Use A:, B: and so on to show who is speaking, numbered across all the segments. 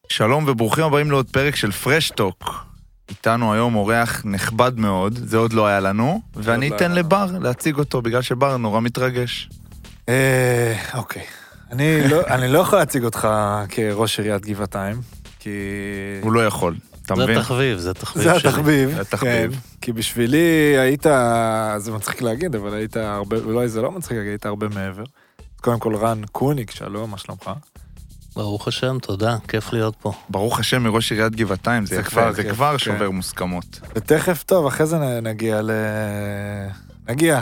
A: שלום וברוכים הבאים לעוד פרק של פרשטוק. איתנו היום אורח נכבד מאוד, זה עוד לא היה לנו, ואני אתן לבר להציג אותו, בגלל שבר נורא מתרגש.
B: אוקיי. אני לא יכול להציג אותך כראש עיריית גבעתיים, כי...
A: הוא לא יכול, אתה מבין?
C: זה התחביב
B: זה
C: שלי.
B: התחביב, כי בשבילי היית, זה מצחיק להגיד, אבל היית הרבה, אולי זה לא מצחיק להגיד, היית הרבה מעבר. קודם כל רן קוניק, שלום, מה שלומך?
C: ברוך השם, תודה, כיף להיות פה.
A: ברוך השם מראש עיריית גבעתיים, זה יפה, זה כבר שובר מוסכמות.
B: ותכף טוב, אחרי זה נגיע נגיע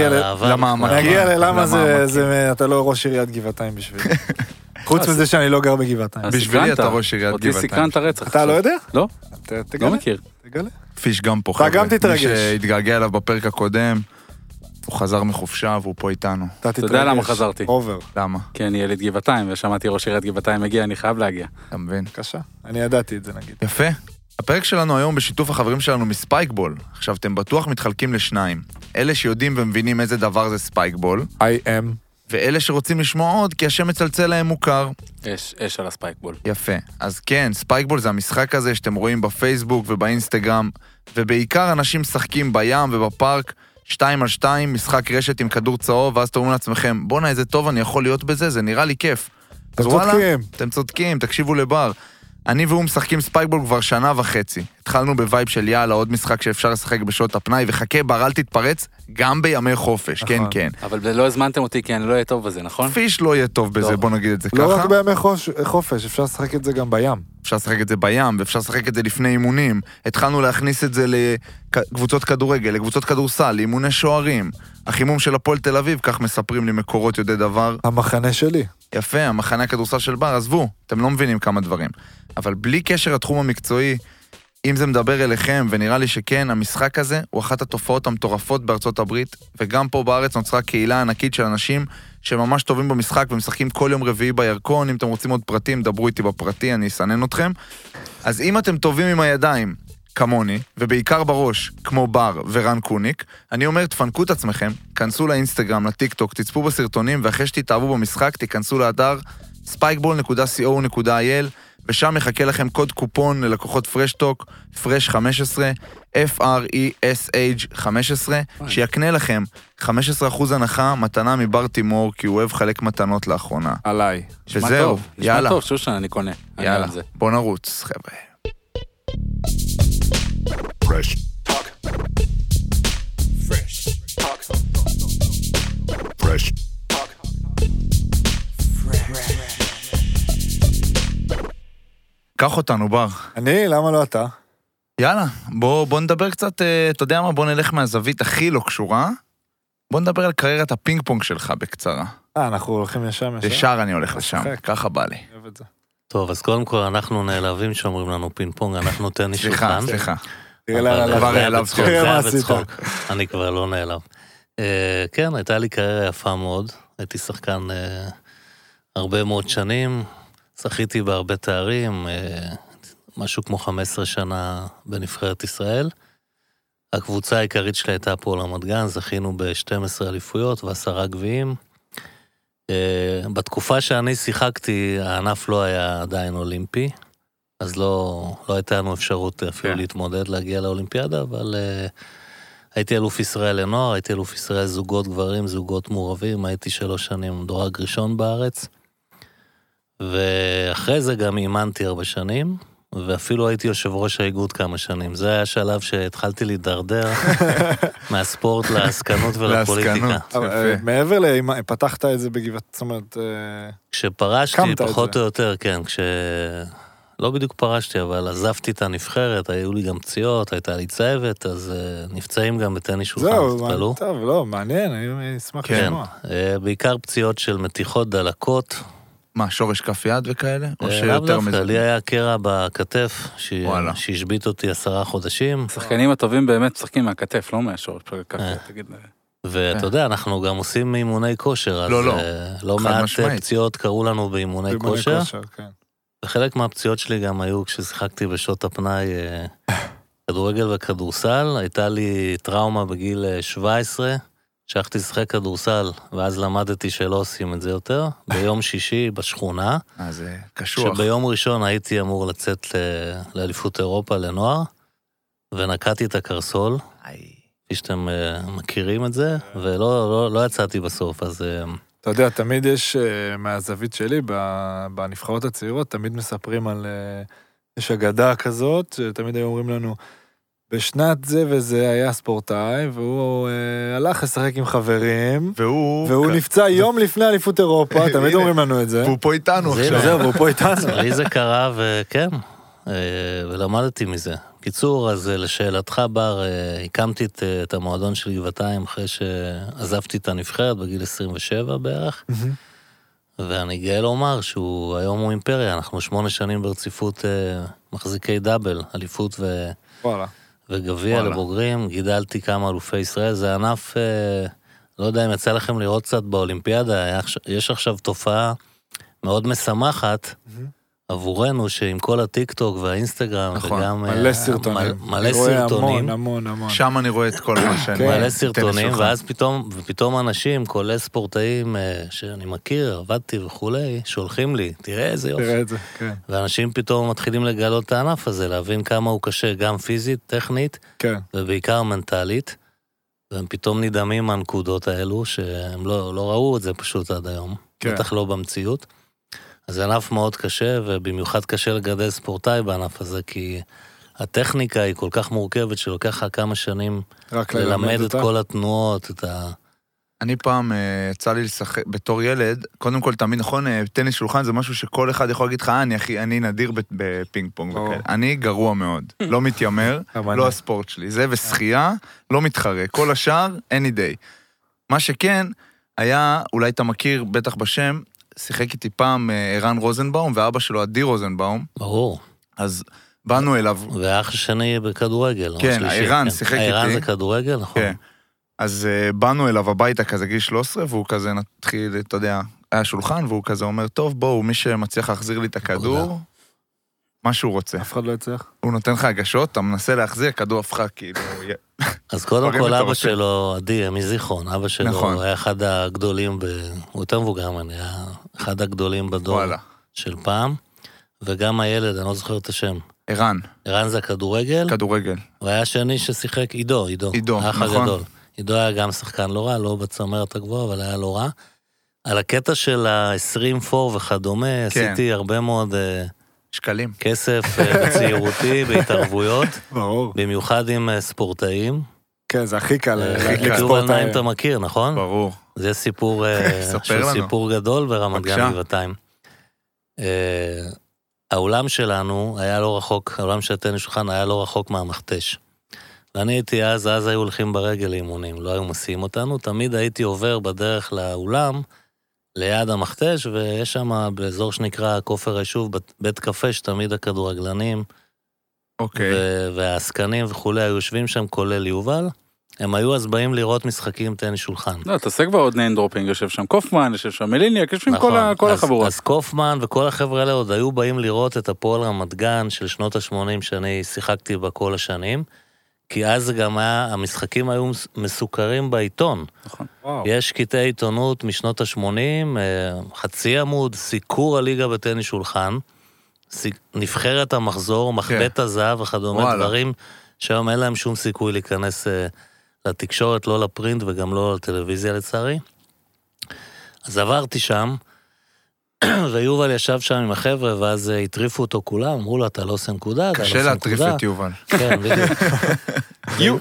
B: ללמה זה, אתה לא ראש עיריית גבעתיים בשבילי. חוץ מזה שאני לא גר בגבעתיים.
A: בשבילי אתה ראש עיריית
D: אותי
A: גבעתיים.
D: סקרנת רצח.
B: אתה לא יודע?
D: לא,
B: תגלה.
D: לא מכיר.
B: תגלה.
A: פיש גם פה,
B: אתה גם תתרגש.
A: מי שהתגעגע אליו בפרק הקודם, הוא חזר מחופשה והוא פה איתנו.
B: אתה
D: יודע למה חזרתי?
B: אובר.
A: למה?
D: כי אני ילד גבעתיים, ושמעתי ראש עיריית גבעתיים מגיע, אני חייב להגיע.
A: אתה מבין?
B: קשה. אני ידעתי את זה נגיד.
A: יפה. הפרק שלנו היום בשיתוף החברים שלנו מספייקבול. עכשיו, אתם בטוח מתחלקים לשניים. אלה שיודעים ומבינים איזה דבר זה ספייקבול.
B: I am.
A: ואלה שרוצים לשמוע עוד, כי השם מצלצל להם מוכר.
D: אש על הספייקבול.
A: יפה. אז כן, ספייקבול זה המשחק הזה שאתם רואים בפייסבוק ובאינסטגרם, ובעיקר אנשים משחקים בים ובפארק, 2-על-2, משחק רשת עם כדור צהוב, ואז אתם אומרים לעצמכם, בוא'נה, איזה טוב אני יכול להיות בזה, זה נראה לי כיף.
B: אתם צודקים.
A: אתם צודקים, תקשיבו לבר. אני והוא משחקים ספייקבול כבר 1.5 שנה. התחלנו בווייב של יאללה, עוד משחק שאפשר לשחק בשעות הפנאי, וחכה בר, אל תתפרץ, גם בימי חופש, כן, כן.
D: אבל לא הזמנתם אותי כי אני לא אהיה טוב בזה, נכון?
A: פיש לא יהיה טוב בזה, בוא נגיד את זה ככה.
B: לא רק בימי חופש, אפשר לשחק את זה גם בים.
A: אפשר לשחק את זה בים, ואפשר לשחק את זה לפני אימונים. התחלנו להכניס את זה לקבוצות כדורגל, לקבוצות כדורסל, לאימוני שוערים. החימום של הפועל תל אביב, כך מספרים לי מקורות יודעי דבר.
B: המחנה שלי.
A: יפה, המחנה הכדורסל של בר, עזבו, אתם לא מבינים כמה דברים. אבל בלי קשר לתחום המקצועי, אם זה מדבר אליכם, ונראה לי שכן, המשחק הזה הוא אחת התופעות המטורפות בארצות הברית, וגם פה בארץ נוצרה קהילה ענקית של אנשים שממש טובים במשחק ומשחקים כל יום רביעי בירקון. אם אתם רוצים עוד פרטים, דברו איתי בפרטי, אני אסנן אתכם. אז אם אתם טובים עם הידיים, כמוני, ובעיקר בראש, כמו בר ורן קוניק, אני אומר, תפנקו את עצמכם, כנסו לאינסטגרם, לטיק טוק, תצפו בסרטונים, ואחרי שתתאהבו במשחק, תיכנסו לאתר spikeball.co.il, ושם מחכה לכם קוד קופון ללקוחות פרשטוק, פרש 15, F-R-E-S-H 15, שיקנה לכם 15% הנחה, מתנה מבר תימור, כי הוא אוהב חלק מתנות לאחרונה.
B: עליי.
A: וזהו, יאללה.
D: נשמע טוב, שושן, אני קונה.
A: יאללה, בוא נרוץ, חבר'ה.
E: Fresh talk. Fresh talk. Fresh talk.
A: קח אותנו, בר.
B: אני? למה לא אתה?
A: יאללה, בוא נדבר קצת, אתה יודע מה, בוא נלך מהזווית הכי לא קשורה. בוא נדבר על קריירת הפינג פונג שלך בקצרה.
B: אנחנו הולכים לשם.
A: ישר אני הולך לשם, ככה בא לי.
B: אוהב את זה.
C: טוב, אז קודם כל אנחנו נעלבים שאומרים לנו פינג פונג, אנחנו טניס שולחן.
A: סליחה.
C: זה בצחוק, אני כבר לא נעלב. כן, הייתה לי קריירה יפה מאוד, הייתי שחקן הרבה מאוד שנים, שחיתי בהרבה תארים, משהו כמו 15 שנה בנבחרת ישראל. הקבוצה העיקרית שלי הייתה פה רמת גן, זכינו ב-12 אליפויות ו10 גביעים. בתקופה שאני שיחקתי, הענף לא היה עדיין אולימפי, אז לא הייתה לנו אפשרות אפילו להתמודד, להגיע לאולימפיאדה, אבל הייתי אלוף ישראל לנוער, הייתי אלוף ישראל זוגות גברים, זוגות מעורבים, הייתי 3 שנים דורג ראשון בארץ, ואחרי זה גם אימנתי 4 שנים, ואפילו הייתי יושב ראש האיגוד כמה שנים. זה היה שלב שהתחלתי להידרדר מהספורט לעסקנות ולפוליטיקה.
B: מעבר פתחת את זה בגבעת, זאת אומרת...
C: כשפרשתי, פחות או יותר, כן, לא בדיוק פרשתי, אבל עזבתי את הנבחרת, היו לי גם פציעות, הייתה לי צוות, אז נפצעים גם בטניס שולחן,
B: זהו, טוב, לא, מעניין, אני אשמח לשמוע.
C: בעיקר פציעות של מתיחות דלקות.
A: מה, שורש כף יד וכאלה? או
C: לאו
A: שיותר
C: דווקא,
A: מזה?
C: לי היה קרע בכתף, שהשבית אותי 10 חודשים.
D: השחקנים הטובים באמת משחקים מהכתף, לא מהשורש, תגיד.
C: ואתה יודע, אנחנו גם עושים אימוני כושר, אז לא מעט פציעות קראו לנו באימוני כושר. וחלק מהפציעות שלי גם היו כששיחקתי בשעות הפנאי כדורגל וכדורסל, הייתה לי טראומה בגיל 17, שהלכתי לשחק כדורסל, ואז למדתי שלא עושים את זה יותר, ביום שישי בשכונה,
A: זה קשוח.
C: שביום ראשון הייתי אמור לצאת לאליפות אירופה לנוער, ונקעתי את הקרסול, כפי שאתם מכירים את זה, ולא יצאתי בסוף, אז...
B: אתה יודע, תמיד יש, מהזווית שלי, בנבחרות הצעירות, תמיד מספרים על... יש אגדה כזאת, שתמיד היו אומרים לנו, בשנת זה וזה היה ספורטאי, והוא הלך לשחק עם חברים, והוא נפצע יום לפני אליפות אירופה, תמיד אומרים לנו את זה.
A: והוא פה איתנו עכשיו.
B: זהו, והוא פה איתנו.
C: לי זה קרה, וכן, ולמדתי מזה. קיצור, אז לשאלתך בר, הקמתי את המועדון של גבעתיים, אחרי שעזבתי את הנבחרת בגיל 27 בערך, ואני גאה לומר שהוא היום הוא אימפריה, אנחנו 8 שנים ברציפות מחזיקי דאבל, אליפות וגביע לבוגרים, גידלתי כמה אלופי ישראל, זה ענף, לא יודע אם יצא לכם לראות קצת באולימפיאדה, יש עכשיו תופעה מאוד משמחת עבורנו, שעם כל הטיקטוק והאינסטגרם, וגם מלא סרטונים,
B: המון.
A: שם אני רואה את כל מה שאני...
C: מלא סרטונים, ואז פתאום אנשים, כולל ספורטאים שאני מכיר, עבדתי וכולי, שולחים לי, תראה איזה יופי.
B: תראה את זה, כן.
C: ואנשים פתאום מתחילים לגלות את הענף הזה, להבין כמה הוא קשה, גם פיזית, טכנית, ובעיקר מנטלית, והם פתאום נדהמים מהנקודות האלו, שהם לא ראו את זה פשוט עד היום, בטח לא במציאות. אז זה ענף מאוד קשה, ובמיוחד קשה לגדל ספורטאי בענף הזה, כי הטכניקה היא כל כך מורכבת, שלוקח כמה שנים ללמד את כל התנועות, את ה...
A: אני פעם יצא לי לשחק בתור ילד, קודם כל תמיד נכון, טניס שולחן זה משהו שכל אחד יכול להגיד לך, אני נדיר בפינג פונג, אני גרוע מאוד, לא מתיימר, לא הספורט שלי, זה ושחייה, לא מתחרה, כל השאר, any day. מה שכן, היה, אולי אתה מכיר, בטח בשם, שיחק איתי פעם ערן רוזנבאום, ואבא שלו עדי רוזנבאום.
C: ברור.
A: אז באנו אליו.
C: ואח שני בכדורגל.
A: כן, ערן שיחק איתי.
C: ערן זה כדורגל, נכון.
A: כן. אז באנו אליו הביתה כזה גיל 13, והוא כזה נתחיל, אתה יודע, היה שולחן, והוא כזה אומר, טוב, בואו, מי שמצליח להחזיר לי את הכדור, מה שהוא רוצה.
B: אף אחד לא יצליח.
A: הוא נותן לך הגשות, אתה מנסה להחזיר, הכדור הפכה כאילו...
C: אז קודם כל אבא שלו, עדי, מזיכרון, אבא שלו היה אחד הגדולים, הוא יותר מבוגר ממני, היה אחד הגדולים בדור של פעם, וגם הילד, אני לא זוכר את השם.
A: ערן.
C: ערן זה הכדורגל. כדורגל. והיה שני ששיחק, עידו, האח הגדול. עידו היה גם שחקן לא רע, לא בצמרת הגבוהה, אבל היה לא רע. על הקטע של ה-20 פור וכדומה, עשיתי הרבה מאוד...
A: שקלים.
C: כסף בצעירותי, בהתערבויות.
B: ברור.
C: במיוחד עם ספורטאים.
B: כן, זה הכי קל.
C: יובל נעים אתה מכיר, נכון?
A: ברור.
C: זה סיפור גדול ברמת גן גבעתיים. האולם שלנו היה לא רחוק, האולם של הטניס שולחן היה לא רחוק מהמכתש. ואני הייתי אז היו הולכים ברגל לאימונים, לא היו מסיעים אותנו, תמיד הייתי עובר בדרך לאולם, ליד המכתש, ויש שם באזור שנקרא כופר היישוב, בית קפה, שתמיד הכדורגלנים, והעסקנים וכולי, היו יושבים שם כולל יובל, הם היו אז באים לראות משחקים טניס שולחן.
D: לא, תעשה כבר עוד ניינדרופינג, יושב שם קופמן, יושב שם מליניאק, יושבים כל החבורות.
C: אז קופמן וכל החבר'ה האלה עוד היו באים לראות את הפועל רמת גן של שנות ה-80 שאני שיחקתי בה כל השנים, כי אז גם המשחקים היו מסוכרים בעיתון.
D: נכון.
C: יש קטעי עיתונות משנות ה-80, חצי עמוד, סיקור הליגה בטניס שולחן, נבחרת המחזור, מחבט הזהב וכדומה, דברים שהיום אין להם שום סיכוי להיכנס לתקשורת, לא לפרינט וגם לא לטלוויזיה לצערי. אז עברתי שם, ויובל ישב שם עם החבר'ה, ואז הטריפו אותו כולם, אמרו לו, אתה לא עושה נקודה, אתה לא עושה נקודה.
A: קשה להטריף את יובל.
C: כן, בדיוק.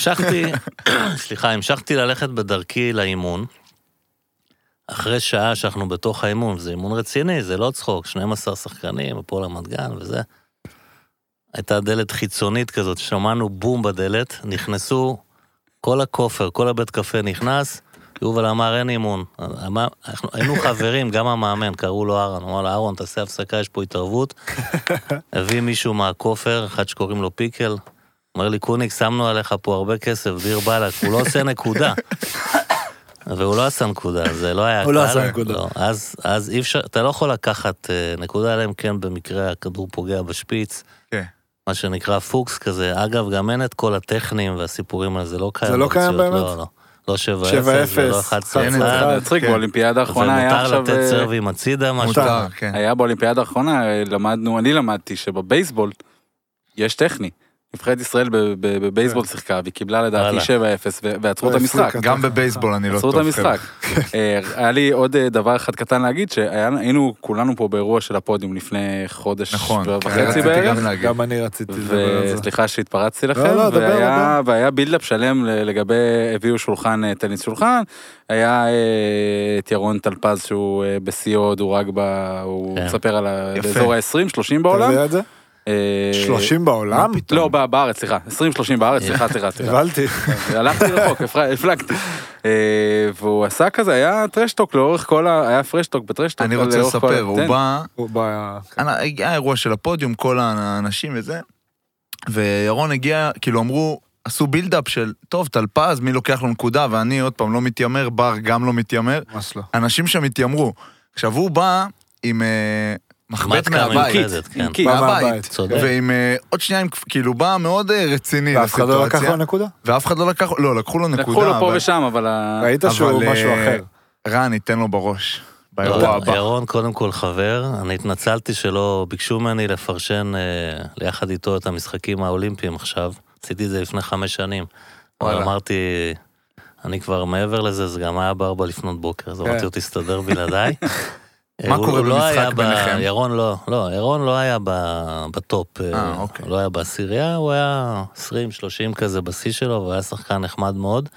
C: והמשכתי ללכת בדרכי לאימון, אחרי שעה שאנחנו בתוך האימון, זה אימון רציני, זה לא צחוק, 12 שחקנים, הפועל רמת גן וזה. הייתה דלת חיצונית כזאת, שמענו בום בדלת, נכנסו, כל הכופר, כל הבית קפה נכנס, יובל אמר, אין אימון. היינו חברים, גם המאמן, קראו לו אהרון, אמר לו, אהרון, תעשה הפסקה, יש פה התערבות. הביא מישהו מהכופר, אחד שקוראים לו פיקל, אומר לי, קוניק, שמנו עליך פה הרבה כסף, דיר בלק, הוא לא עושה נקודה. והוא לא עשה נקודה, זה לא היה קל.
B: הוא לא עשה נקודה.
C: אז אי אפשר, אתה לא יכול לקחת נקודה עליהם, כן, במקרה הכדור פוגע בשפיץ.
A: כן.
C: מה שנקרא פוקס כזה. אגב, גם אין את כל הטכנים והסיפורים האלה, זה לא קיים.
B: זה לא קיים באמת?
C: לא 7-0 ולא 1-1.
D: מצחיק, באולימפיאדה האחרונה היה עכשיו...
C: ומותר לתת סרבים הצידה, משהו.
A: מותר, כן.
D: היה באולימפיאדה האחרונה, אני למדתי שבבייסבול יש טכני. נבחרת ישראל בבייסבול שיחקה, והיא קיבלה לדעתי 7-0, ועצרו את המשחק.
A: גם בבייסבול אני לא טוב.
D: עצרו את המשחק. היה לי עוד דבר אחד קטן להגיד, שהיינו כולנו פה באירוע של הפודיום לפני חודש וחצי בערך.
B: גם אני רציתי לדבר על זה.
D: וסליחה שהתפרצתי לכם, והיה בילדאפ שלם לגבי הביאו שולחן, טניס שולחן, היה את ירון טלפז שהוא בסיוע דורג, הוא מספר על באזור ה-20, 30 בעולם.
B: אתה יודע את זה? 30 בעולם?
D: לא, בארץ, סליחה. 20-30 בארץ, סליחה.
B: הבלתי.
D: הלכתי רחוק, הפלגתי. והוא עשה כזה, היה טרשטוק לאורך כל היה פרשטוק בטרשטוק.
A: אני רוצה לספר, הוא
B: בא...
A: היה אירוע של הפודיום, כל האנשים וזה, וירון הגיע, כאילו אמרו, עשו בילדאפ של, טוב, טלפז, מי לוקח לו נקודה, ואני עוד פעם לא מתיימר, בר גם לא מתיימר.
B: ממש לא.
A: אנשים שם התיימרו. עכשיו הוא בא עם... מחבט מהבית, מהבית, ועם עוד שניים, כאילו בא מאוד רציני
B: ואף אחד לא לקח לו נקודה?
A: ואף אחד לא לקח, לא, לקחו לו נקודה.
D: לקחו לו פה ושם, אבל...
B: ראית שהוא משהו אחר.
A: רן, ניתן לו בראש, באירוע הבא.
C: ירון קודם כל חבר, אני התנצלתי שלא ביקשו ממני לפרשן ליחד איתו את המשחקים האולימפיים עכשיו, עשיתי את זה לפני 5 שנים, אבל אמרתי, אני כבר מעבר לזה, זה גם היה ב4 לפנות בוקר, אז אמרתי, תסתדר בלעדיי.
A: מה קורה במשחק ביניכם?
C: ירון לא היה בטופ, לא היה בעשירייה, הוא היה 20-30 כזה בשיא שלו, והוא היה שחקן נחמד מאוד,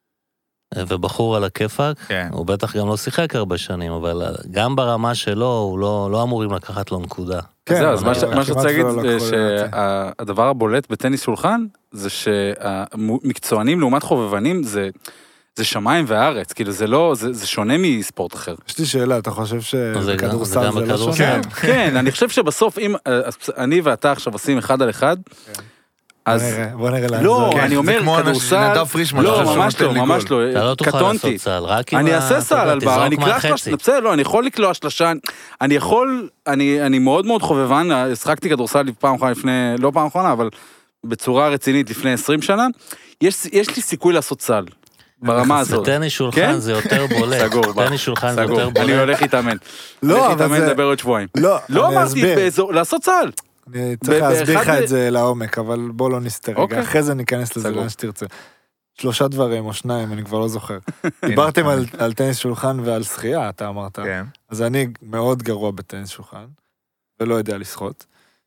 C: ובחור על הכיפק, הוא בטח גם לא שיחק הרבה שנים, אבל גם ברמה שלו, הוא לא אמורים לקחת לו נקודה.
D: אז מה שצריך להגיד, שהדבר הבולט בטניס שולחן, זה שהמקצוענים לעומת חובבנים, זה שמיים וארץ, כאילו זה לא, זה שונה מספורט אחר.
B: יש לי שאלה, אתה חושב שבכדורסל זה לא שונה?
D: כן, אני חושב שבסוף, אם אני ואתה עכשיו עושים 1 על 1, אז...
B: בוא נראה לאן
D: לא, אני אומר, כדורסל...
A: נדב פרישמן,
D: לא, ממש לא,
C: אתה לא תוכל לעשות סל, רק אם...
D: אני אעשה סל על בר, אני אקלע שלושה, בסדר, לא, אני יכול לקלוע שלושה, אני יכול, אני מאוד מאוד חובבן, השחקתי כדורסל פעם אחרונה לפני, לא פעם אחרונה, אבל בצורה רצינית לפני 20 שנה, יש לי סיכוי לעשות סל. ברמה הזאת.
C: בטניס שולחן זה יותר בולט.
D: סגור,
C: בטניס שולחן זה יותר בולט.
D: אני הולך להתאמן.
B: לא,
D: אבל זה... לדבר עוד שבועיים. לא אמרתי באזור, לעשות צהל.
B: אני צריך להסביר לך את זה לעומק, אבל בוא לא נסתר רגע. אחרי זה ניכנס לזה לאן שתרצה. 3 דברים או 2, אני כבר לא זוכר. דיברתם על טניס שולחן ועל שחייה, אתה אמרת. אז אני מאוד גרוע בטניס שולחן, ולא יודע לשחות.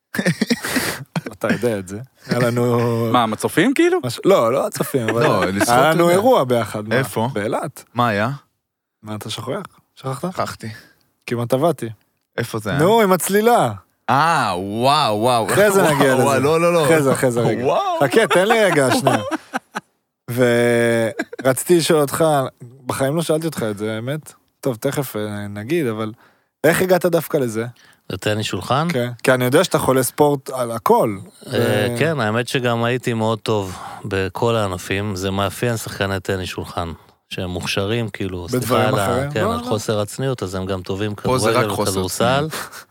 B: אתה יודע את זה. היה לנו...
D: מה, מצופים כאילו?
B: לא הצופים, אבל היה לנו אירוע ביחד.
A: איפה?
B: באילת.
A: מה היה?
B: מה אתה שכחת?
A: שכחתי.
B: כמעט טבעתי.
A: איפה זה היה?
B: נו, עם הצלילה.
A: וואו.
B: אחרי זה נגיע לזה.
A: לא.
B: אחרי זה רגע. חכה, תן לי רגע, שנייה. ורציתי לשאול אותך, בחיים לא שאלתי אותך את זה, האמת? טוב, תכף נגיד, אבל איך הגעת דווקא לזה?
C: לטניס שולחן?
B: כן, כי אני יודע שאתה חולה ספורט על הכל.
C: כן, האמת שגם הייתי מאוד טוב בכל הענפים, זה מאפיין שחקני טניס שולחן, שהם מוכשרים, כאילו,
B: בדברים אחרים?
C: כן, על חוסר הצניעות, אז הם גם טובים כדורגל וכדורסל,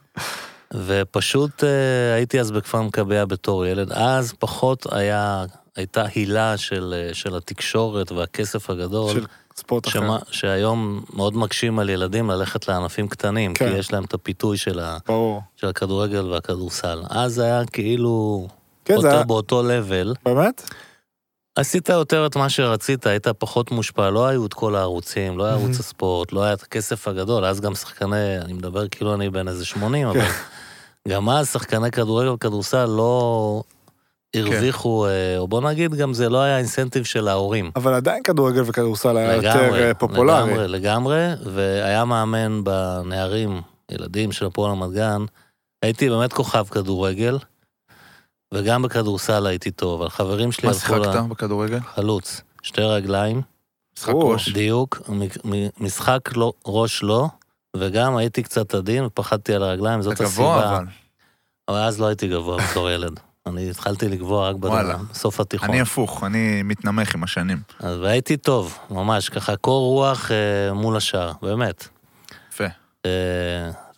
C: ופשוט הייתי אז בכפר מכביה בתור ילד, אז פחות הייתה הילה של התקשורת והכסף הגדול,
B: של ספורט אחר.
C: שהיום מאוד מקשים על ילדים ללכת לענפים קטנים, כי יש להם את הפיתוי של הכדורגל והכדורסל. אז היה כאילו יותר באותו לבל.
B: באמת?
C: עשית יותר את מה שרצית, היית פחות מושפע, לא היו את כל הערוצים, לא היה ערוץ הספורט, לא היה את הכסף הגדול, אז גם שחקני, אני מדבר כאילו אני בין איזה 80, אבל גם אז שחקני כדורגל וכדורסל לא... הרוויחו, או בוא נגיד, גם זה לא היה אינסנטיב של ההורים.
B: אבל עדיין כדורגל וכדורסל היה יותר פופולרי.
C: לגמרי, והיה מאמן בנערים, ילדים של הפועל רמת גן, הייתי באמת כוכב כדורגל, וגם בכדורסל הייתי טוב, אבל חברים שלי...
A: מה שיחקת בכדורגל?
C: חלוץ, 2 רגליים.
A: משחק ראש.
C: דיוק, משחק ראש לא, וגם הייתי קצת עדין, ופחדתי על הרגליים, זאת הסיבה. אבל אז לא הייתי גבוה בתור ילד. אני התחלתי לגבוה רק בסוף התיכון.
A: אני הפוך, אני מתנמך עם השנים.
C: והייתי טוב, ממש, ככה קור רוח מול השאר, באמת.
A: יפה.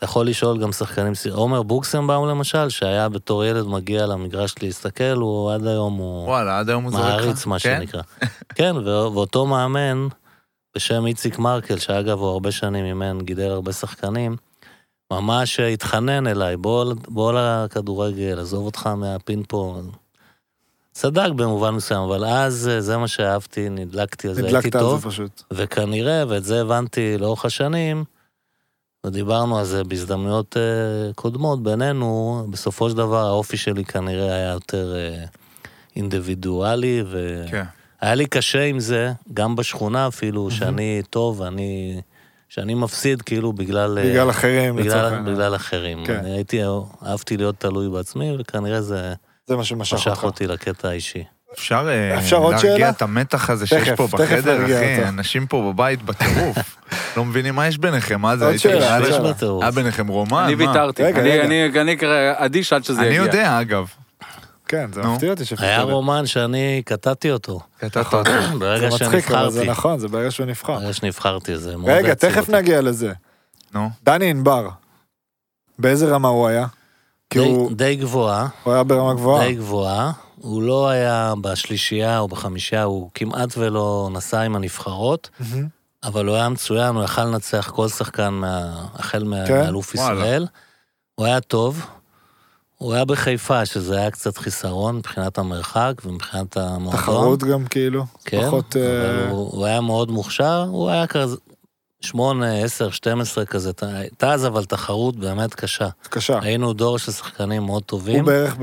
C: יכול לשאול גם שחקנים, עומר בוקסנבאום למשל, שהיה בתור ילד מגיע למגרש להסתכל, הוא עד היום הוא...
A: וואלה, עד היום הוא זורק לך.
C: מעריץ, מה שנקרא. כן, ואותו מאמן, בשם איציק מרקל, שאגב הוא הרבה שנים אימן, גידל הרבה שחקנים, ממש התחנן אליי, בוא לכדורגל, עזוב אותך מהפינפון. צדק במובן מסוים, אבל אז זה מה שאהבתי, נדלקתי, אז הייתי טוב. וכנראה, ואת זה הבנתי לאורך השנים, ודיברנו על זה בהזדמנויות קודמות בינינו, בסופו של דבר האופי שלי כנראה היה יותר אינדיבידואלי, והיה לי קשה עם זה, גם בשכונה אפילו, שאני טוב, שאני מפסיד כאילו בגלל אחרים. בגלל אחרים. אהבתי להיות תלוי בעצמי, וכנראה זה מה שמשך אותי לקטע האישי.
A: אפשר להרגיע את המתח הזה שיש פה בחדר, אחי, אנשים פה בבית בטירוף, לא מבינים מה יש ביניכם, מה זה? היה ביניכם רומן?
D: אני ויתרתי, אני אדיש עד שזה יגיע.
A: אני יודע, אגב.
B: כן, זה מפתיע אותי שפתיע.
C: היה רומן שאני קטעתי אותו.
A: קטעת אותו.
C: ברגע שנבחרתי.
B: זה נכון, זה ברגע שהוא נבחר.
C: ברגע שנבחרתי, זה מאוד...
B: רגע, תכף נגיע לזה.
A: נו.
B: דני ענבר, באיזה רמה הוא היה?
C: די גבוהה.
B: הוא היה ברמה גבוהה.
C: די גבוהה. הוא לא היה בשלישייה או בחמישייה, הוא כמעט ולא נסע עם הנבחרות, אבל הוא היה מצוין, הוא יכל לנצח כל שחקן החל מאלוף ישראל. הוא היה טוב. הוא היה בחיפה, שזה היה קצת חיסרון מבחינת המרחק ומבחינת המועדון.
B: תחרות גם כאילו.
C: כן, אבל הוא היה מאוד מוכשר, הוא היה כזה 8, 10, 12 כזה, הייתה אז אבל תחרות באמת קשה.
B: קשה.
C: היינו דור של שחקנים מאוד טובים.
B: הוא בערך...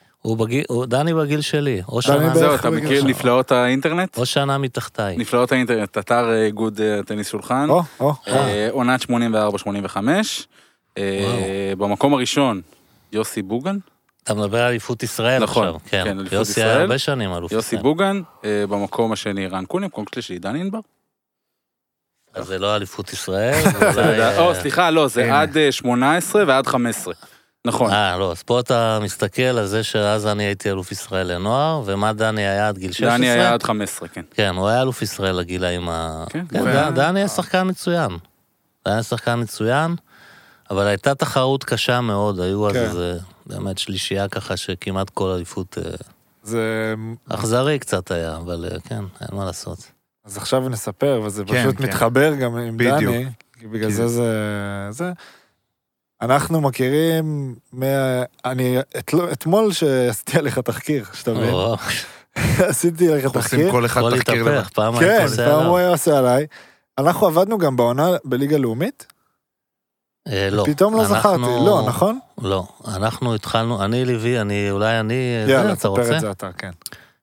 C: דני בגיל שלי.
D: זהו, אתה מכיר נפלאות האינטרנט?
C: או שנה מתחתיי.
D: נפלאות האינטרנט, אתר איגוד טניס שולחן. עונת 84-85. במקום הראשון, יוסי בוגן.
C: אתה מדבר על אליפות ישראל עכשיו.
D: נכון, כן, אליפות ישראל.
C: יוסי היה הרבה שנים אלוף ישראל.
D: יוסי בוגן, במקום השני רן קונים, במקום שלישי דני ענבר.
C: אז זה לא אליפות ישראל.
D: סליחה, לא, זה עד 18 ועד 15. נכון.
C: לא, אז פה אתה מסתכל על זה שאז אני הייתי אלוף ישראל לנוער, ומה דני היה עד גיל 16?
D: דני היה עד 15, כן.
C: כן, הוא היה אלוף ישראל לגילאים כן, דני היה שחקן מצוין. היה שחקן מצוין, אבל הייתה תחרות קשה מאוד, היו אז איזה באמת שלישייה ככה שכמעט כל אליפות
B: זה...
C: אכזרי קצת היה, אבל כן, אין מה לעשות.
B: אז עכשיו נספר, וזה פשוט מתחבר גם עם דני, בגלל זה... אנחנו מכירים, אתמול שעשיתי עליך תחקיר, שאתה מבין? עשיתי עליך תחקיר.
A: עושים כל אחד תחקיר.
B: כן, פעם הוא היה עושה עליי. אנחנו עבדנו גם בעונה בליגה לאומית?
C: לא.
B: פתאום לא זכרתי, לא, נכון?
C: לא, אנחנו התחלנו, אולי אני,
B: יאללה, תספר את זה אתה, כן.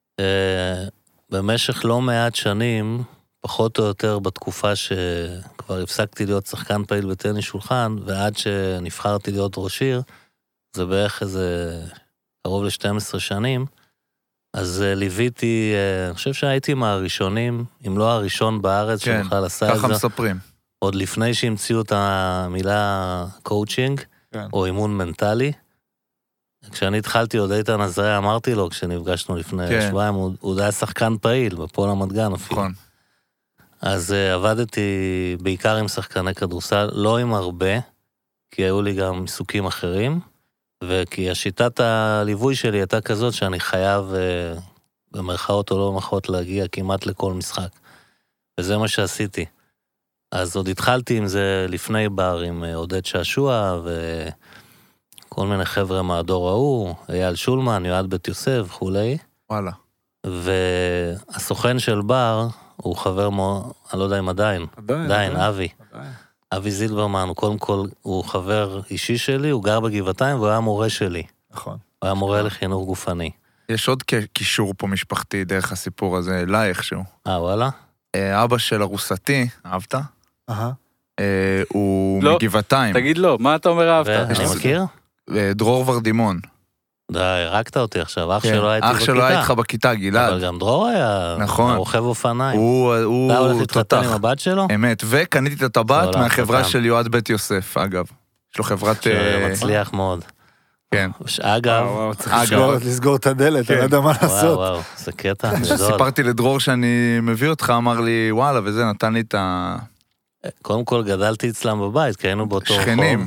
C: במשך לא מעט שנים, פחות או יותר בתקופה שכבר הפסקתי להיות שחקן פעיל בטניס שולחן, ועד שנבחרתי להיות ראש עיר, זה בערך איזה קרוב ל-12 שנים, אז ליוויתי, אני חושב שהייתי מהראשונים, אם לא הראשון בארץ,
A: כן,
C: שבכלל עשה את זה.
A: ככה מספרים.
C: עוד לפני שהמציאו את המילה קואוצ'ינג, כן. או אימון מנטלי. כשאני התחלתי עוד איתן עזריה, אמרתי לו, כשנפגשנו לפני שבועיים, הוא היה שחקן פעיל, בפועל רמת גן אפילו. נכון. אז עבדתי בעיקר עם שחקני כדורסל, לא עם הרבה, כי היו לי גם עיסוקים אחרים, וכי השיטת הליווי שלי הייתה כזאת שאני חייב במרכאות או לא במרכאות להגיע כמעט לכל משחק. וזה מה שעשיתי. אז עוד התחלתי עם זה לפני בר, עם עודד שעשוע, וכל מיני חבר'ה מהדור ההוא, אייל שולמן, יועד בית יוסף, וכולי.
A: וואלה.
C: והסוכן של בר, הוא חבר אני לא יודע אם עדיין, אבי. אבי זילברמן, הוא קודם כל, הוא חבר אישי שלי, הוא גר בגבעתיים, והוא היה מורה שלי.
B: נכון.
C: הוא היה מורה לחינוך גופני.
A: יש עוד קישור פה משפחתי דרך הסיפור הזה, אליי איכשהו.
C: וואלה?
A: אבא של ארוסתי, אהבת? הוא מגבעתיים.
D: תגיד לו, מה אתה אומר אהבת?
C: אני מכיר?
A: דרור ורדימון.
C: די, הרגת אותי עכשיו, אח שלו הייתי בכיתה.
A: אח שלו היה איתך בכיתה, גלעד.
C: אבל גם דרור היה רוכב אופניים.
A: הוא
C: אתה הולך להתחתן עם הבת שלו?
A: אמת, וקניתי את הטבעת מהחברה של יועד בית יוסף, אגב. יש לו חברת...
C: מצליח מאוד.
A: כן.
C: אגב...
B: צריך לסגור את הדלת, אני לא יודע מה לעשות.
C: וואו, זה קטע.
A: כשסיפרתי לדרור שאני מביא אותך, אמר לי, וואלה, וזה נתן לי את ה...
C: קודם כל גדלתי אצלם בבית, כי היינו באותו רחוב.
A: שכנים.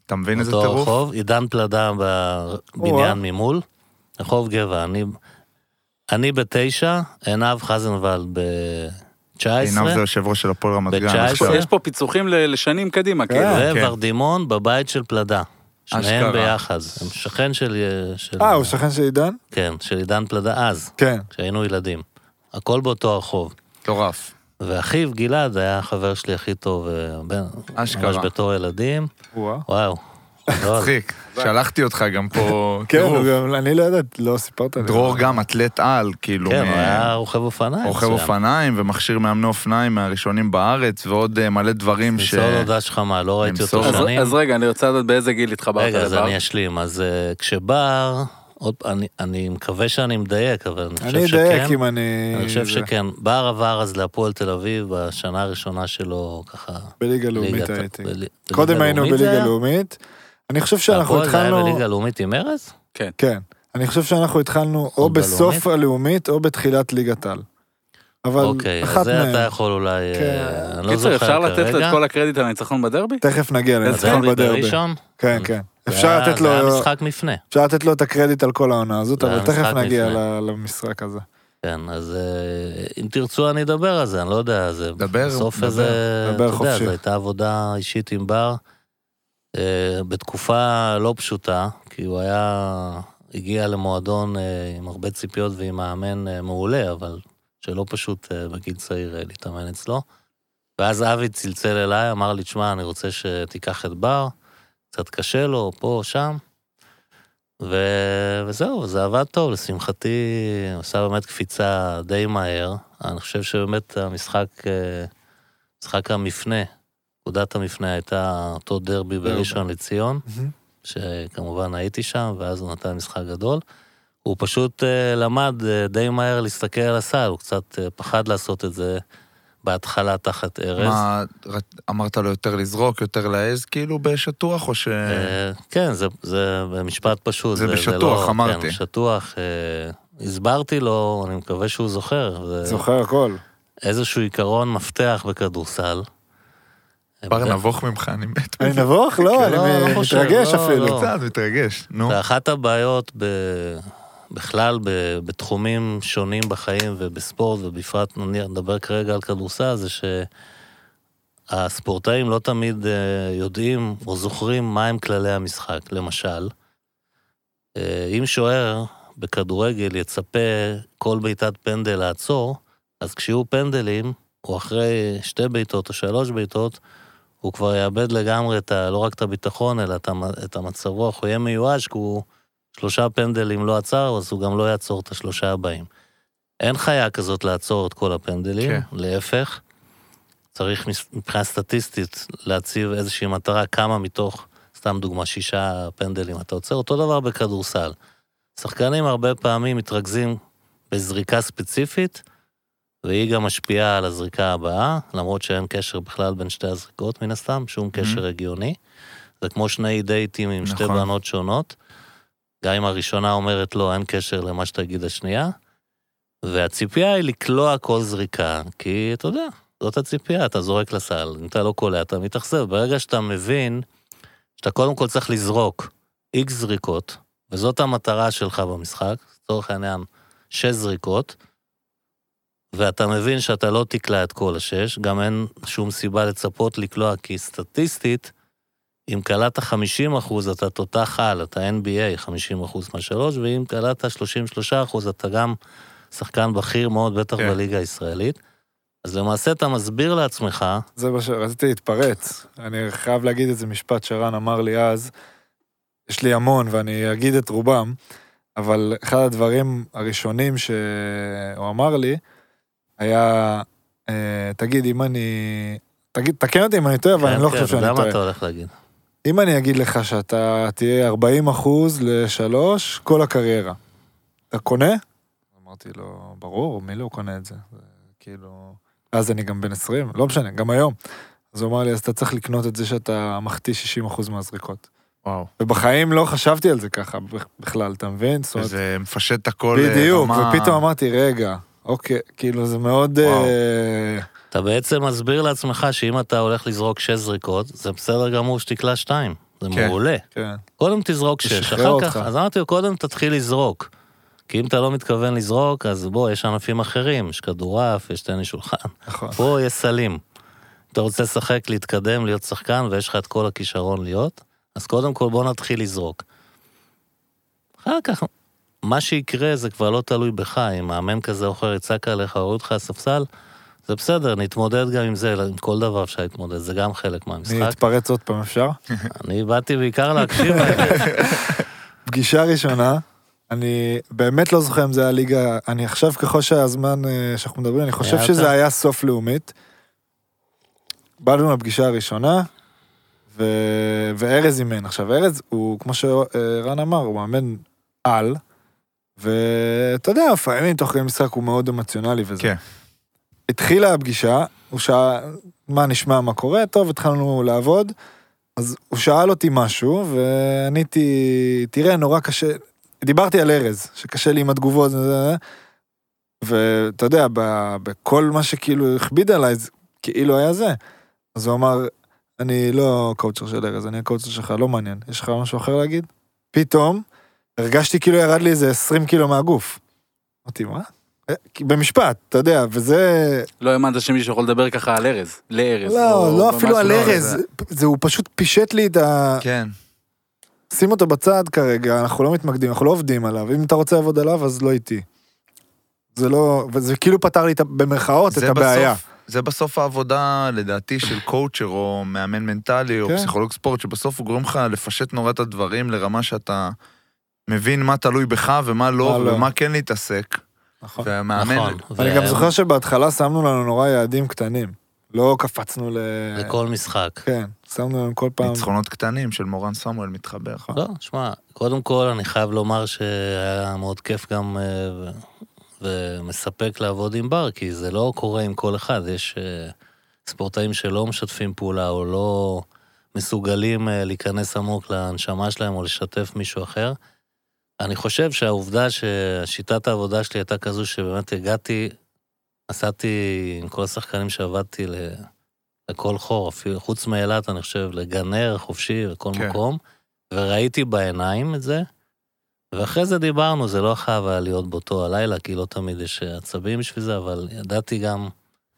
A: אתה מבין איזה
C: אותו
A: טירוף?
C: רחוב, עידן פלדה בבניין ממול, רחוב גבע, אני ב9, עינב חזנוולד ב-19.
A: עינב זה יושב ראש של הפועל רמת גן.
D: יש פה פיצוחים לשנים קדימה, כאילו.
C: וורדימון בבית של פלדה. שניהם ביחד. הם שכן של...
B: הוא שכן של עידן?
C: כן, של עידן פלדה אז.
B: כן.
C: כשהיינו ילדים. הכל באותו הרחוב.
A: מטורף.
C: ואחיו גלעד היה החבר שלי הכי טוב, ממש בתור ילדים. וואו.
A: מצחיק. שלחתי אותך גם פה.
B: כן, אני לא יודעת, לא סיפרת לי.
A: דרור גם אתלט על, כאילו.
C: כן, הוא היה רוכב אופניים.
A: רוכב אופניים ומכשיר מאמני אופניים מהראשונים בארץ, ועוד מלא דברים ש...
C: מסור נודע שלך מה, לא ראיתי אותו שנים.
D: אז רגע, אני רוצה לדעת באיזה גיל התחברת לבר.
C: רגע, אז אני אשלים. אז כשבר, אני מקווה שאני מדייק, אבל אני חושב שכן.
B: אני אדייק אם אני...
C: אני חושב שכן. בר עבר אז להפועל תל אביב, בשנה הראשונה שלו, ככה...
B: בליגה לאומית הייתי. קודם היינו בליגה לאומית. אני חושב שאנחנו התחלנו...
C: הפועל זה היה בליגה לאומית עם ארז?
D: כן.
B: כן. אני חושב שאנחנו התחלנו או בסוף הלאומית או בתחילת ליגת העל. אבל
C: אוקיי, אז זה אתה יכול אולי...
D: קיצור, אפשר לתת לו את כל הקרדיט על הניצחון בדרבי?
B: תכף נגיע לניצחון בדרבי. כן, כן.
C: אפשר לתת לו... זה היה משחק מפנה.
B: אפשר לתת לו את הקרדיט על כל העונה הזאת, אבל תכף נגיע למשחק הזה.
C: כן, אז אם תרצו אני אדבר על זה, אני לא יודע, זה... בסוף איזה...
B: דבר חופשי.
C: זו הייתה עבודה אישית עם בר, בתקופה לא פשוטה, כי הוא הגיע למועדון עם הרבה ציפיות ועם מאמן מעולה, אבל שלא פשוט בגיל צעיר להתאמן אצלו. ואז אבי צלצל אליי, אמר לי, תשמע, אני רוצה שתיקח את בר, קצת קשה לו, פה או שם. וזהו, זה עבד טוב, לשמחתי, עושה באמת קפיצה די מהר. אני חושב שבאמת משחק המפנה, נקודת המפנה הייתה אותו דרבי בראשון לציון, שכמובן הייתי שם, ואז הוא נתן משחק גדול. הוא פשוט למד די מהר להסתכל על הסל, הוא קצת פחד לעשות את זה בהתחלה תחת ארז.
A: מה, אמרת לו יותר לזרוק, יותר להעז כאילו בשטוח או ש...
C: כן, זה במשפט פשוט.
A: זה בשטוח, אמרתי.
C: כן, שטוח. הסברתי לו, אני מקווה שהוא זוכר.
B: זוכר הכל.
C: איזשהו עיקרון מפתח בכדורסל.
A: בר נבוך ממך, אני מת.
B: אני נבוך? לא, אני מתרגש אפילו.
A: קצת מתרגש, נו.
C: ואחת הבעיות בכלל בתחומים שונים בחיים ובספורט, ובפרט נדבר כרגע על כדורסל, זה שהספורטאים לא תמיד יודעים או זוכרים מהם כללי המשחק. למשל, אם שוער בכדורגל יצפה כל בעיטת פנדל לעצור, אז כשיהיו פנדלים, או אחרי 2 בעיטות או 3 בעיטות, הוא כבר יאבד לגמרי לא רק את הביטחון, אלא את המצב רוח, הוא יהיה מיואש, כי הוא 3 פנדלים לא עצר, אז הוא גם לא יעצור את 3 הבאים. אין חיה כזאת לעצור את כל הפנדלים, להפך. צריך מבחינה סטטיסטית להציב איזושהי מטרה, כמה מתוך, סתם דוגמה, 6 פנדלים אתה עוצר. אותו דבר בכדורסל. שחקנים הרבה פעמים מתרכזים בזריקה ספציפית, והיא גם משפיעה על הזריקה הבאה, למרות שאין קשר בכלל בין שתי הזריקות מן הסתם, שום קשר הגיוני. זה כמו 2 דייטים עם 2 בנות שונות, גם אם הראשונה אומרת לא, אין קשר למה שתגיד השנייה, והציפייה היא לקלוע כל זריקה, כי אתה יודע, זאת הציפייה, אתה זורק לסל, אם אתה לא קולע, אתה מתאכזב. ברגע שאתה מבין, שאתה קודם כל צריך לזרוק X זריקות, וזאת המטרה שלך במשחק, לצורך העניין 6 זריקות, ואתה מבין שאתה לא תקלע את כל 6, גם אין שום סיבה לצפות לקלוע, כי סטטיסטית, אם קלעת 50%, אתה תותח על, אתה NBA 50% מה-3, ואם קלעת 33%, אתה גם שחקן בכיר מאוד, בטח בליגה הישראלית. אז למעשה אתה מסביר לעצמך...
B: זה מה שרציתי להתפרץ. אני חייב להגיד איזה משפט שרן אמר לי אז, יש לי המון ואני אגיד את רובם, אבל אחד הדברים הראשונים שהוא אמר לי, היה, תגיד, אם אני... תקן אותי אם אני טועה, אבל אני לא חושב שאני טועה.
C: למה אתה הולך להגיד?
B: אם אני אגיד לך שאתה תהיה 40% ל3, כל הקריירה, אתה קונה? אמרתי לו, ברור, מי לא קונה את זה? כאילו... אז אני גם בן 20, לא משנה, גם היום. אז הוא אמר לי, אז אתה צריך לקנות את זה שאתה מחטיא 60% מהזריקות.
A: וואו.
B: ובחיים לא חשבתי על זה ככה בכלל, אתה מבין?
A: זה מפשט את הכל...
B: בדיוק, ופתאום אמרתי, רגע, אוקיי, כאילו זה מאוד...
C: אתה בעצם מסביר לעצמך שאם אתה הולך לזרוק 6 זריקות, זה בסדר גמור שתקלע 2. זה מעולה. קודם תזרוק 6, אחר כך, אז אמרתי לו, קודם תתחיל לזרוק. כי אם אתה לא מתכוון לזרוק, אז בוא, יש ענפים אחרים, יש כדורעף, יש טניס שולחן. פה יש סלים. אתה רוצה לשחק, להתקדם, להיות שחקן, ויש לך את כל הכישרון להיות, אז קודם כל בוא נתחיל לזרוק. אחר כך, מה שיקרה זה כבר לא תלוי בך, אם מאמן כזה או אחר יצק עליך, או אותך ספסל, זה בסדר, נתמודד גם עם זה, עם כל דבר אפשר להתמודד, זה גם חלק מהמשחק.
B: אני אתפרץ עוד פעם, אפשר?
C: אני באתי בעיקר להקשיב להם.
B: פגישה ראשונה, אני באמת לא זוכר אם זה היה ליגה, אני עכשיו ככל שהזמן שאנחנו מדברים, אני חושב שזה היה סוף לאומית. באנו לפגישה הראשונה, וארז אימן. עכשיו, ארז הוא, כמו שרן אמר, הוא מאמן על, ואתה יודע, לפעמים תוך כדי משחק הוא מאוד אמוציונלי וזה.
A: כן.
B: התחילה הפגישה, הוא שאל, מה נשמע, מה קורה? טוב, התחלנו לעבוד, אז הוא שאל אותי משהו, ועניתי, תראה, נורא קשה, דיברתי על ארז, שקשה לי עם התגובות, ואתה יודע, בכל מה שכאילו הכביד עליי, כאילו היה זה. אז הוא אמר, אני לא קואוצ'ר של ארז, אני הקואוצ'ר שלך, לא מעניין. יש לך משהו אחר להגיד? פתאום, הרגשתי כאילו ירד לי איזה 20 קילו מהגוף. אמרתי, מה? במשפט, אתה יודע, וזה...
D: לא האמנת שמישהו יכול לדבר ככה על ארז, לארז.
B: לא אפילו על ארז, הוא פשוט פישט לי את ה...
A: כן.
B: שים אותו בצד כרגע, אנחנו לא מתמקדים, אנחנו לא עובדים עליו, אם אתה רוצה לעבוד עליו, אז לא איתי. זה לא... וזה כאילו פתר לי במרכאות את הבעיה.
A: זה בסוף העבודה, לדעתי, של קואוצ'ר או מאמן מנטלי או פסיכולוג ספורט, שבסוף הוא גורם לך לפשט נורא את הדברים לרמה שאתה מבין מה תלוי בך ומה לא, ומה כן להתעסק.
B: נכון.
A: והמאמן...
B: אני גם זוכר שבהתחלה שמנו לנו נורא יעדים קטנים. לא קפצנו
C: לכל משחק.
B: כן, שמנו לנו כל פעם...
A: ניצחונות קטנים של מורן סמואל מתחבר.
C: לא, שמע, קודם כל אני חייב לומר שהיה מאוד כיף גם... ומספק לעבוד עם בר, כי זה לא קורה עם כל אחד, יש ספורטאים שלא משתפים פעולה, או לא מסוגלים להיכנס עמוק להנשמה שלהם, או לשתף מישהו אחר. אני חושב שהעובדה ששיטת העבודה שלי הייתה כזו, שבאמת הגעתי, עשיתי עם כל השחקנים שעבדתי לכל חור, אפילו חוץ מאילת, אני חושב, לגנר, חופשי, וכל מקום, וראיתי בעיניים את זה, ואחרי זה דיברנו, זה לא חייב היה להיות באותו הלילה, כי לא תמיד יש עצבים בשביל זה, אבל ידעתי גם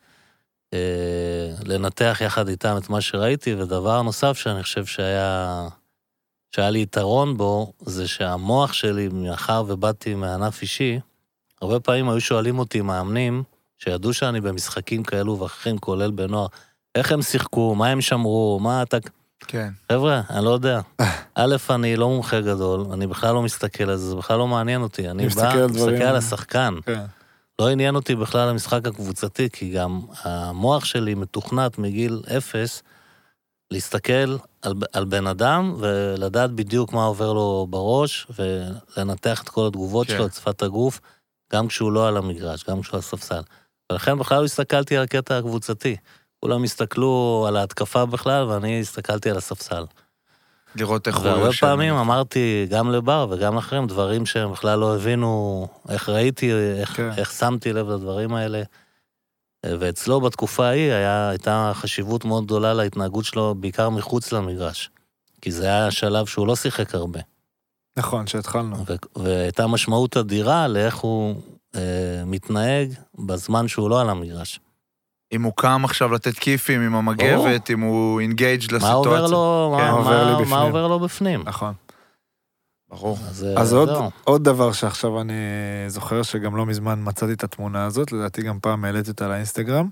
C: לנתח יחד איתם את מה שראיתי, ודבר נוסף שאני חושב שהיה לי יתרון בו, זה שהמוח שלי, מאחר ובאתי מענף אישי, הרבה פעמים היו שואלים אותי מאמנים, שידעו שאני במשחקים כאלו ואחרים, כולל בנוער, איך הם שיחקו, מה הם שמרו, מה אתה...
A: כן.
C: חבר'ה, אני לא יודע. א', אני לא מומחה גדול, אני בכלל לא מסתכל על זה, זה בכלל לא מעניין אותי. אני בא, מסתכל על השחקן. לא עניין אותי בכלל המשחק הקבוצתי, כי גם המוח שלי מתוכנת מגיל 0, להסתכל על בן אדם, ולדעת בדיוק מה עובר לו בראש, ולנתח את כל התגובות שלו, את שפת הגוף, גם כשהוא לא על המגרש, גם כשהוא על הספסל. ולכן בכלל לא הסתכלתי על הקטע הקבוצתי. כולם הסתכלו על ההתקפה בכלל, ואני הסתכלתי על הספסל.
A: לראות איך הוא יושב.
C: והרבה פעמים אמרתי גם לבר וגם לאחרים, דברים שהם בכלל לא הבינו, איך ראיתי, איך שמתי לב לדברים האלה. ואצלו בתקופה ההיא הייתה חשיבות מאוד גדולה להתנהגות שלו, בעיקר מחוץ למגרש. כי זה היה השלב שהוא לא שיחק הרבה.
B: נכון, שהתחלנו.
C: והייתה משמעות אדירה לאיך הוא מתנהג בזמן שהוא לא על המגרש.
A: אם הוא קם עכשיו לתת כיפים עם המגבת, אם הוא אינגייג' לסיטואציה.
C: מה עובר לו בפנים?
B: נכון.
A: ברור.
B: אז עוד דבר שעכשיו אני זוכר שגם לא מזמן מצאתי את התמונה הזאת, לדעתי גם פעם העליתי אותה לאינסטגרם,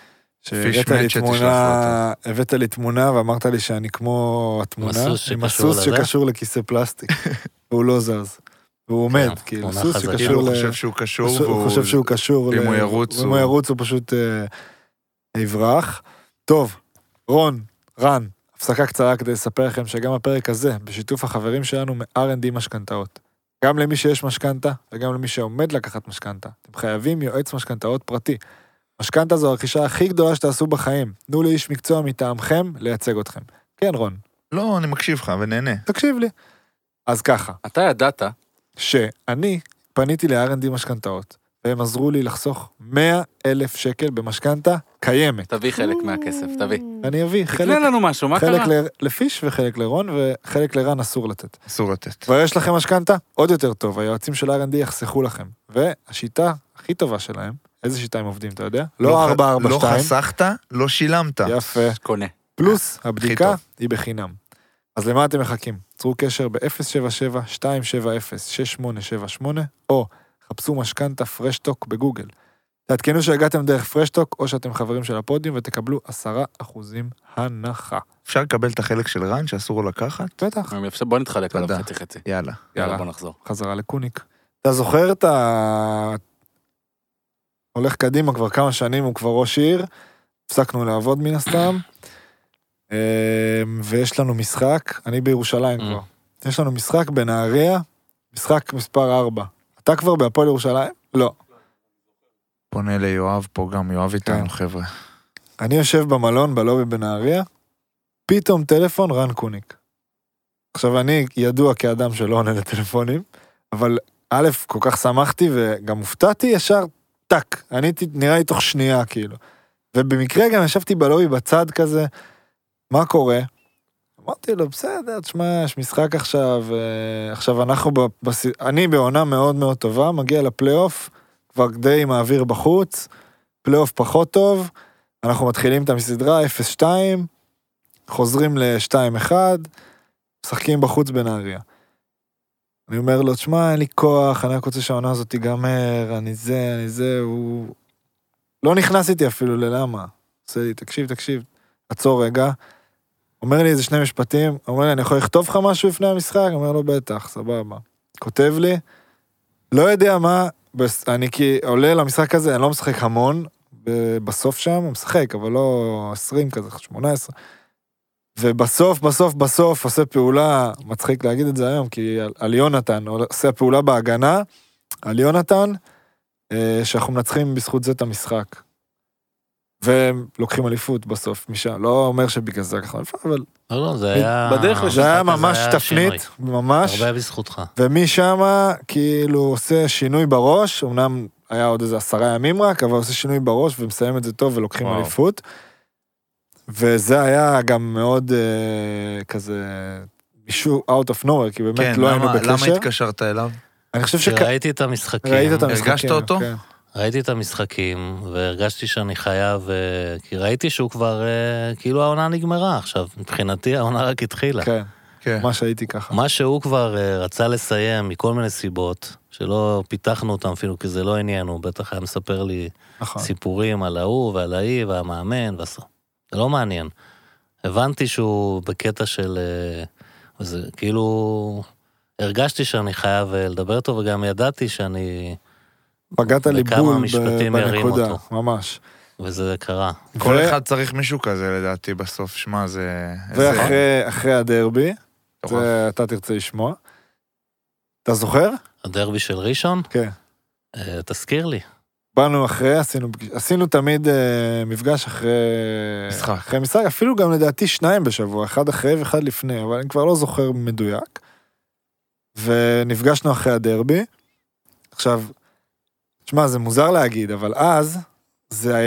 B: שהבאת לי תמונה ואמרת לי שאני כמו התמונה, עם הסוס שקשור לכיסא פלסטיק, והוא לא זז. והוא עומד, כאילו, סוס שקשור
A: הוא חושב שהוא קשור,
B: הוא חושב שהוא קשור,
A: ואם הוא
B: ירוץ הוא פשוט יברח. טוב, רן, הפסקה קצרה כדי לספר לכם שגם הפרק הזה, בשיתוף החברים שלנו מ-R&D משכנתאות. גם למי שיש משכנתה, וגם למי שעומד לקחת משכנתה. אתם חייבים יועץ משכנתאות פרטי. משכנתה זו הרכישה הכי גדולה שתעשו בחיים. תנו לאיש מקצוע מטעמכם לייצג אתכם. כן, רון.
A: לא, אני מקשיב לך ונהנה.
B: תקשיב לי. אז ככה.
D: אתה ידעת
B: שאני פניתי ל-R&D משכנתאות, והם עזרו לי לחסוך 100,000 שקל במשכנתה קיימת.
D: תביא חלק מהכסף, תביא.
B: אני אביא
D: תקנה לנו משהו, מה
B: חלק
D: קרה?
B: לפיש וחלק לרון, וחלק לרן אסור לתת.
A: אסור לתת.
B: כבר יש לכם משכנתה? עוד יותר טוב, היועצים של R&D יחסכו לכם. והשיטה הכי טובה שלהם, איזה שיטה הם עובדים, אתה יודע? לא 442.
A: לא חסכת, לא שילמת.
B: יפה.
D: קונה.
B: פלוס, הבדיקה
A: טוב.
B: היא בחינם. אז למה אתם מחכים? צרו קשר ב-077-270-6878, או חפשו משכנתה פרשטוק בגוגל. תעדכנו שהגעתם דרך פרשטוק, או שאתם חברים של הפודיום, ותקבלו 10% הנחה.
A: אפשר לקבל את החלק של רן שאסור לו לקחת?
B: בטח.
D: בוא נתחלק עליו
A: תודה.
D: חצי.
A: יאללה.
D: יאללה, בוא נחזור.
B: חזרה לקוניק. אתה זוכר את הולך קדימה כבר כמה שנים, הוא כבר ראש עיר, הפסקנו לעבוד מן הסתם, ויש לנו משחק, אני בירושלים כבר, יש לנו משחק בנהריה, משחק מספר 4. אתה כבר בהפועל ירושלים? לא.
A: פונה ליואב פה גם, יואב איתנו חבר'ה.
B: אני יושב במלון, בלובי בנהריה, פתאום טלפון רן קוניק. עכשיו אני ידוע כאדם שלא עונה לטלפונים, אבל א', כל כך שמחתי וגם הופתעתי ישר, טק, אני נראה לי תוך שנייה כאילו. ובמקרה גם ישבתי בלובי בצד כזה, מה קורה? אמרתי לו, בסדר, תשמע, יש משחק עכשיו, עכשיו אנחנו, אני בעונה מאוד מאוד טובה, מגיע לפלייאוף, כבר די מעביר בחוץ, פלייאוף פחות טוב, אנחנו מתחילים את המסדרה 0-2, חוזרים ל-2-1, משחקים בחוץ בנהריה. אני אומר לו, תשמע, אין לי כוח, אני רק רוצה שהעונה הזאת תיגמר, אני זה, הוא... לא נכנס איתי אפילו ללמה. עושה לי, תקשיב, עצור רגע. אומר לי איזה 2 משפטים, אומר לי, אני יכול לכתוב לך משהו לפני המשחק? אומר לו, בטח, סבבה. כותב לי, לא יודע מה, אני כי עולה למשחק הזה, אני לא משחק המון, בסוף שם, הוא משחק, אבל לא 20 כזה, 18. ובסוף עושה פעולה, מצחיק להגיד את זה היום, כי על יונתן, עושה פעולה בהגנה, על יונתן, שאנחנו מנצחים בזכות זה את המשחק. והם לוקחים אליפות בסוף, משם. לא אומר שבגלל זה ככה, אבל...
C: לא, זה היה...
D: בדרך
B: זה היה ממש תפנית, ממש.
C: הרבה בזכותך.
B: ומשם, כאילו, עושה שינוי בראש, אמנם היה עוד איזה 10 ימים רק, אבל עושה שינוי בראש, ומסיים את זה טוב, ולוקחים אליפות. וזה היה גם מאוד כזה, מישהו out of nowhere, כי באמת לא היינו בקשר.
A: למה התקשרת אליו?
B: אני חושב
C: ראיתי את המשחקים.
A: הרגשת אותו?
B: כן.
C: ראיתי את המשחקים, והרגשתי שאני חייב, כי ראיתי שהוא כבר, כאילו העונה נגמרה עכשיו. מבחינתי העונה רק התחילה.
B: כן, מה שהייתי ככה.
C: מה שהוא כבר רצה לסיים מכל מיני סיבות, שלא פיתחנו אותם אפילו, כי זה לא עניין, הוא בטח היה מספר לי סיפורים על ההוא ועל ההיא והמאמן, זה לא מעניין. הבנתי שהוא בקטע של, וזה כאילו, הרגשתי שאני חייב לדבר איתו, וגם ידעתי שאני...
B: פגעת לי בול בנקודה,
C: אותו.
B: ממש.
C: וזה קרה.
A: כל אחד צריך מישהו כזה לדעתי בסוף, שמה זה...
B: ואחרי הדרבי, זה אתה תרצה לשמוע. אתה זוכר?
C: הדרבי של ראשון?
B: כן.
C: תזכיר לי.
B: באנו אחרי, עשינו תמיד מפגש אחרי משחק, אפילו גם לדעתי 2 בשבוע, אחד אחרי ואחד לפני, אבל אני כבר לא זוכר מדויק. ונפגשנו אחרי הדרבי. עכשיו, תשמע, זה מוזר להגיד, אבל אז זה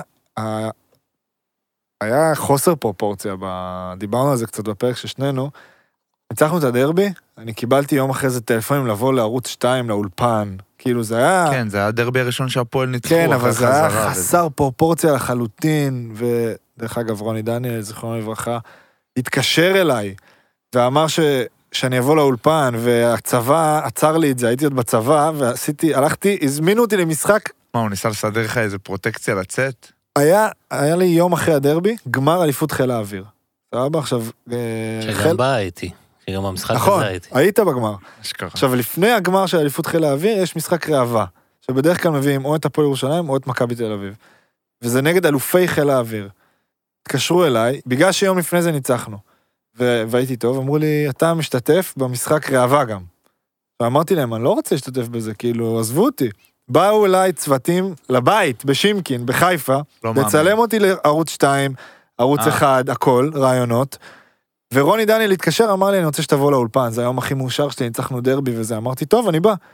B: היה חוסר פרופורציה, דיברנו על זה קצת בפרק ששנינו, ניצחנו את הדרבי, אני קיבלתי יום אחרי זה טלפונים לבוא לערוץ 2, לאולפן, כאילו זה היה...
A: כן, זה היה הדרבי הראשון שהפועל ניצחו.
B: כן, אבל זה היה חסר פרופורציה לחלוטין, ודרך אגב, רוני דניאל, זכרונו לברכה, התקשר אליי, ואמר שאני אבוא לאולפן, והצבא עצר לי את זה, הייתי עוד בצבא, הלכתי, הזמינו אותי למשחק.
A: מה, הוא ניסה לסדר לך איזה פרוטקציה לצאת?
B: היה לי יום אחרי הדרבי, גמר אליפות חיל האוויר. סבבה, עכשיו...
C: שגם בא הייתי, שגם המשחק הזה הייתי.
B: נכון, היית בגמר. עכשיו, לפני הגמר של אליפות חיל האוויר, יש משחק ראווה, שבדרך כלל מביאים או את הפועל ירושלים, או את מכבי תל אביב. וזה נגד אלופי חיל האוויר. התקשרו אליי, בגלל שיום לפני זה ניצחנו. והייתי טוב, אמרו לי, אתה משתתף במשחק ראווה גם. ואמרתי להם, אני לא רוצה להשתתף בזה, כאילו, עזבו אותי. באו אליי צוותים לבית, בשימקין, בחיפה, לצלם אותי לערוץ 2, ערוץ 1, הכל, רעיונות, ורוני דניאל התקשר, אמר לי, אני רוצה שתבוא לאולפן, זה היום הכי מאושר שלי, ניצחנו דרבי וזה, אמרתי, טוב, אני בא.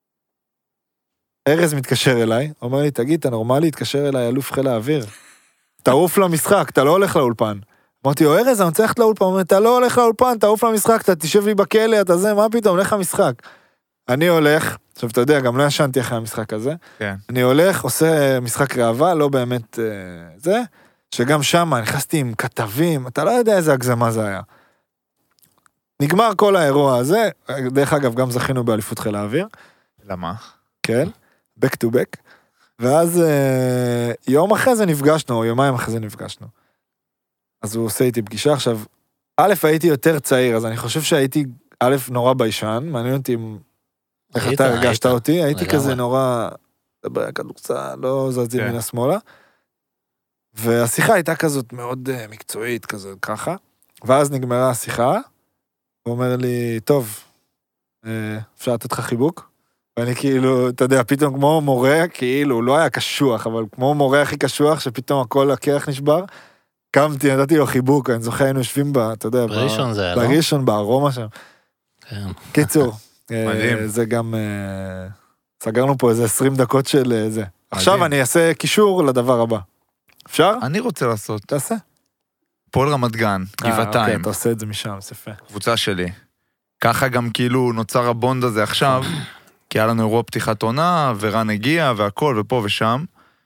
B: ארז מתקשר אליי, אומר לי, תגיד, אתה נורמלי, התקשר אליי אלוף חיל האוויר. תעוף למשחק, אתה לא הולך לאולפן. אמרתי לו, ארז, אני רוצה ללכת לאולפן, הוא אומר, אתה לא הולך לאולפן, תעוף למשחק, אתה תשב לי בכלא, אתה זה, מה פתאום, הולך למשחק. אני הולך, עכשיו אתה יודע, גם לא ישנתי אחרי המשחק הזה,
A: כן.
B: אני הולך, עושה משחק ראווה, לא באמת זה, שגם שם נכנסתי עם כתבים, אתה לא יודע איזה הגזמה זה היה. נגמר כל האירוע הזה, דרך אגב, גם זכינו באליפות חיל האוויר.
A: למה?
B: כן, back to back. ואז יום אחרי זה נפגשנו, או יומיים אחרי זה נפגשנו. אז הוא עושה איתי פגישה. עכשיו, א', הייתי יותר צעיר, אז אני חושב שהייתי, א', נורא ביישן, מעניין אותי איך אתה הרגשת אותי, הייתי כזה נורא, כדורסל, לא זזים מן השמאלה. והשיחה הייתה כזאת מאוד מקצועית, כזאת ככה. ואז נגמרה השיחה, הוא אומר לי, טוב, אפשר לתת לך חיבוק? ואני כאילו, אתה יודע, פתאום כמו מורה, כאילו, הוא לא היה קשוח, אבל כמו מורה הכי קשוח, שפתאום הכל הקרח נשבר, קמתי, נתתי לו חיבוק, אני זוכר, היינו יושבים בה, אתה יודע,
C: בראשון זה היה, לא?
B: בראשון, בארומה שם.
C: כן.
B: קיצור,
A: מדהים.
B: זה גם, סגרנו פה איזה 20 דקות של זה. עכשיו אני אעשה קישור לדבר הבא. אפשר?
A: אני רוצה לעשות.
B: תעשה.
A: פועל רמת גן,
B: אוקיי,
A: גבעתיים,
B: אתה עושה את זה משם, זה יפה.
A: קבוצה שלי. ככה גם כאילו נוצר הבונד הזה עכשיו, כי היה לנו אירוע פתיחת עונה, ורן הגיע, והכל, ופה ושם.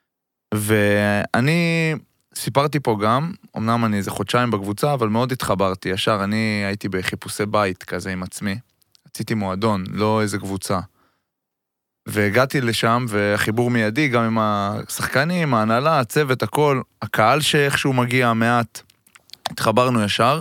A: ואני סיפרתי פה גם, אמנם אני איזה חודשיים בקבוצה, אבל מאוד התחברתי. ישר אני הייתי בחיפושי בית כזה עם עצמי. רציתי מועדון, לא איזה קבוצה. והגעתי לשם, והחיבור מיידי, גם עם השחקנים, ההנהלה, הצוות, הכל, הקהל שאיכשהו מגיע מעט, התחברנו ישר.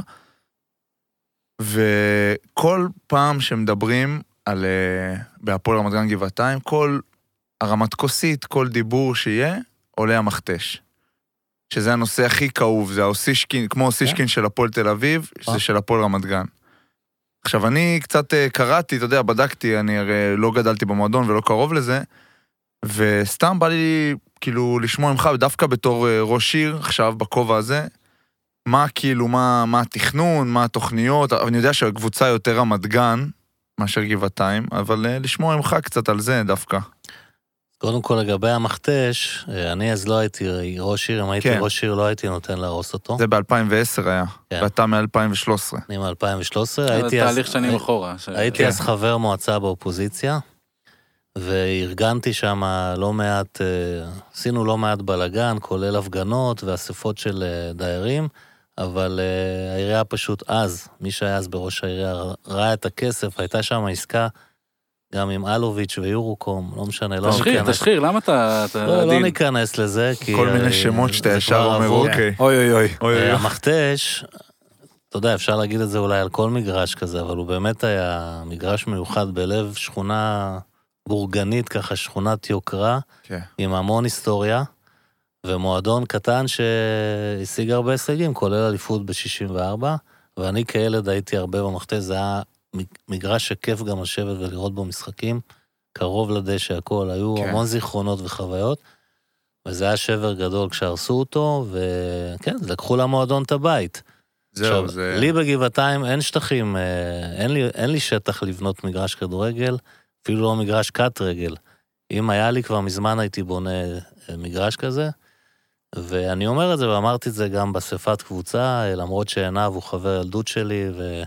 A: וכל פעם שמדברים על בהפועל רמת גן גבעתיים, כל הרמת כוסית, כל דיבור שיהיה, עולה המכתש. שזה הנושא הכי כאוב, זה האוסישקין, כמו אוסישקין של הפועל תל אביב, שזה של הפועל רמת גן. עכשיו, אני קצת קראתי, אתה יודע, בדקתי, אני הרי לא גדלתי במועדון ולא קרוב לזה, וסתם בא לי כאילו לשמוע ממך, דווקא בתור ראש עיר, עכשיו בכובע הזה, מה כאילו, מה התכנון, מה התוכניות, אני יודע שהקבוצה יותר רמת גן, מאשר גבעתיים, אבל לשמוע ממך קצת על זה דווקא.
C: קודם כל לגבי המכתש, אני אז לא הייתי ראש עיר, אם הייתי ראש עיר לא הייתי נותן להרוס אותו.
A: זה ב-2010 היה, ואתה מ-2013.
C: אני מ-2013,
D: תהליך שנים אחורה.
C: הייתי אז חבר מועצה באופוזיציה, וארגנתי שם לא מעט, עשינו לא מעט בלגן, כולל הפגנות ואספות של דיירים, אבל העירייה פשוט אז, מי שהיה אז בראש העירייה, ראה את הכסף, הייתה שם עסקה, גם עם אלוביץ' ויורוקום, לא משנה, לא ניכנס.
D: תשחיר, למה אתה
C: לא ניכנס לזה, כי...
A: כל מיני שמות שאתה ישר אומר, אוקיי.
B: אוי.
C: המכתש, אתה יודע, אפשר להגיד את זה אולי על כל מגרש כזה, אבל הוא באמת היה מגרש מיוחד בלב שכונה בורגנית, ככה שכונת יוקרה, עם המון היסטוריה, ומועדון קטן שהשיג הרבה הישגים, כולל אליפות ב-64, ואני כילד הייתי הרבה במכתש, זה היה מגרש שכיף גם לשבת ולראות בו משחקים, קרוב לדשא הכל, היו המון זיכרונות וחוויות, וזה היה שבר גדול כשהרסו אותו, וכן, לקחו למועדון את הבית.
A: זהו,
C: עכשיו, לי בגבעתיים אין שטחים, אין לי שטח לבנות מגרש כדורגל, אפילו לא מגרש קט רגל. אם היה לי כבר מזמן הייתי בונה מגרש כזה, ואני אומר את זה, ואמרתי את זה גם בספת קבוצה, למרות שעיניו הוא חבר ילדות שלי,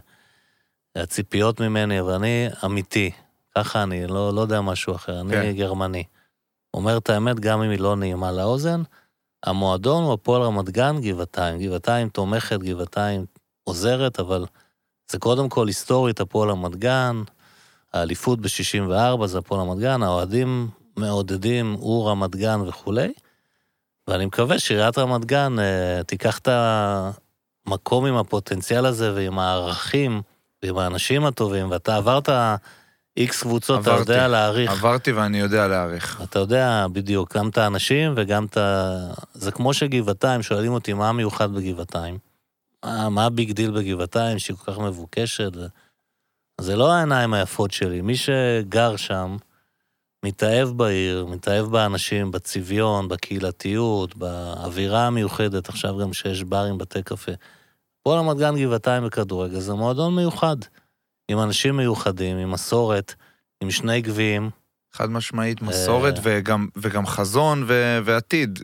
C: והציפיות ממני, אבל אני אמיתי, ככה אני, לא יודע משהו אחר, אני גרמני. אומר את האמת, גם אם היא לא נעימה לאוזן, המועדון הוא הפועל רמת גן, גבעתיים. גבעתיים תומכת, גבעתיים עוזרת, אבל זה קודם כל היסטורית, הפועל רמת גן, האליפות ב-64 זה הפועל רמת גן, האוהדים מעודדים, הוא רמת גן וכו'. ואני מקווה שעיריית רמת גן תיקח את המקום עם הפוטנציאל הזה ועם הערכים ועם האנשים הטובים, ואתה עברת איקס קבוצות, אתה יודע להעריך.
A: עברתי ואני יודע להעריך.
C: אתה יודע בדיוק, גם את האנשים וגם את זה כמו שגבעתיים, שואלים אותי מה המיוחד בגבעתיים. מה הביג דיל בגבעתיים שהיא כל כך מבוקשת. זה לא העיניים היפות שלי. מי שגר שם, מתאהב בעיר, מתאהב באנשים, בצביון, בקהילתיות, באווירה המיוחדת, עכשיו גם שיש ברים, בתי קפה. פה רמת גן גבעתיים בכדורגל, זה מועדון מיוחד. עם אנשים מיוחדים, עם מסורת, עם שני גביעים.
A: חד משמעית, מסורת וגם חזון ועתיד.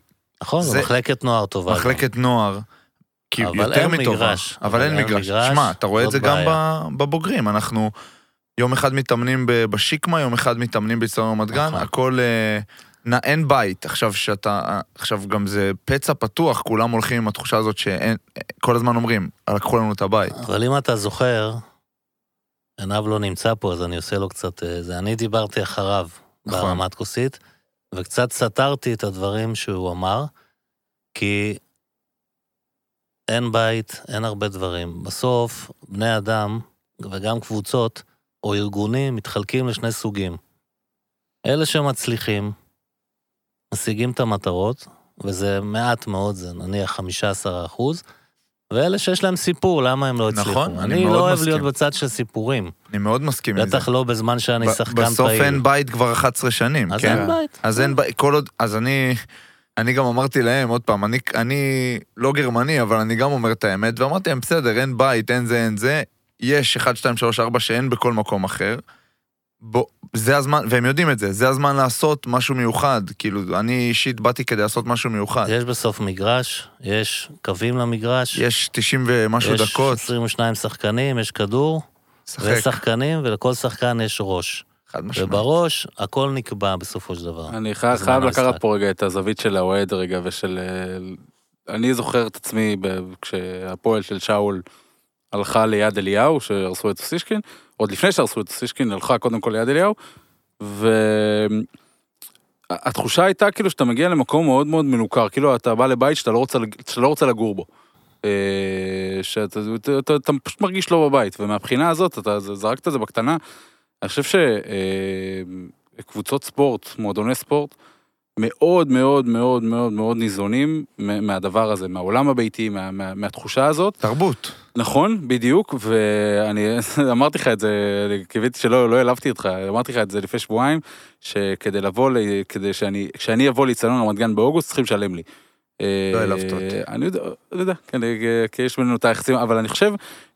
C: נכון, זה מחלקת נוער טובה.
A: מחלקת נוער, יותר מטובה. אבל אין מגרש. שמע, אתה רואה את זה גם בבוגרים, אנחנו יום אחד מתאמנים בשיקמה, יום אחד מתאמנים באצטדיון רמת גן, הכל... אין בית, עכשיו גם זה פצע פתוח, כולם הולכים עם התחושה הזאת שכל הזמן אומרים, לקחו לנו את הבית.
C: אבל אם אתה זוכר, עיניו לא נמצא פה, אז אני עושה לו קצת, אני דיברתי אחריו ברמת כוסית, וקצת סתרתי את הדברים שהוא אמר, כי אין בית, אין הרבה דברים. בסוף, בני אדם, וגם קבוצות, או ארגונים, מתחלקים לשני סוגים. אלה שמצליחים, משיגים את המטרות, וזה מעט מאוד, זה נניח 15%, ואלה שיש להם סיפור, למה הם לא הצליחו.
A: נכון,
C: אני לא אוהב להיות בצד של סיפורים.
A: אני מאוד מסכים עם זה.
C: בטח לא בזמן שאני שחקן פעיל.
A: בסוף אין בית כבר 11 שנים.
C: אז אין בית.
A: אז אין בית, כל עוד, אז אני גם אמרתי להם, עוד פעם, אני לא גרמני, אבל אני גם אומר את האמת, ואמרתי להם, בסדר, אין בית, אין זה, אין זה, יש 1, 2, 3, 4 שאין בכל מקום אחר, זה הזמן, והם יודעים את זה, זה הזמן לעשות משהו מיוחד, כאילו, אני אישית באתי כדי לעשות משהו מיוחד.
C: יש בסוף מגרש, יש קווים למגרש.
A: יש 90 ומשהו דקות.
C: יש 22 שחקנים, יש כדור, ושחקנים, ולכל שחקן יש ראש. ובראש, הכל נקבע בסופו של דבר.
D: אני חייב לקחת פה רגע את הזווית של האוהד רגע, ושל... אני זוכר את עצמי, כשהפועל של שאול הלכה ליד אליהו, שהרסו את אוסישקין, עוד לפני שהרסו את אוסישקין, הלכה קודם כל ליד אליהו, והתחושה הייתה כאילו שאתה מגיע למקום מאוד מאוד מנוכר, כאילו אתה בא לבית שאתה לא רוצה לגור בו. שאתה פשוט מרגיש לא בבית, ומהבחינה הזאת, אתה זרקת את זה בקטנה, אני חושב שקבוצות ספורט, מועדוני ספורט, מאוד מאוד מאוד מאוד מאוד ניזונים מהדבר הזה, מהעולם הביתי, מהתחושה הזאת.
A: תרבות.
D: נכון, בדיוק, ואני אמרתי לך את זה, קיוויתי שלא העלבתי אותך, אמרתי לך את זה לפני שבועיים, שכדי לבוא, כשאני אבוא לאצטדיון רמת גן באוגוסט, צריכים לשלם לי.
A: לא העלבת אותי.
D: אני יודע, כי יש בינינו את היחסים, אבל אני חושב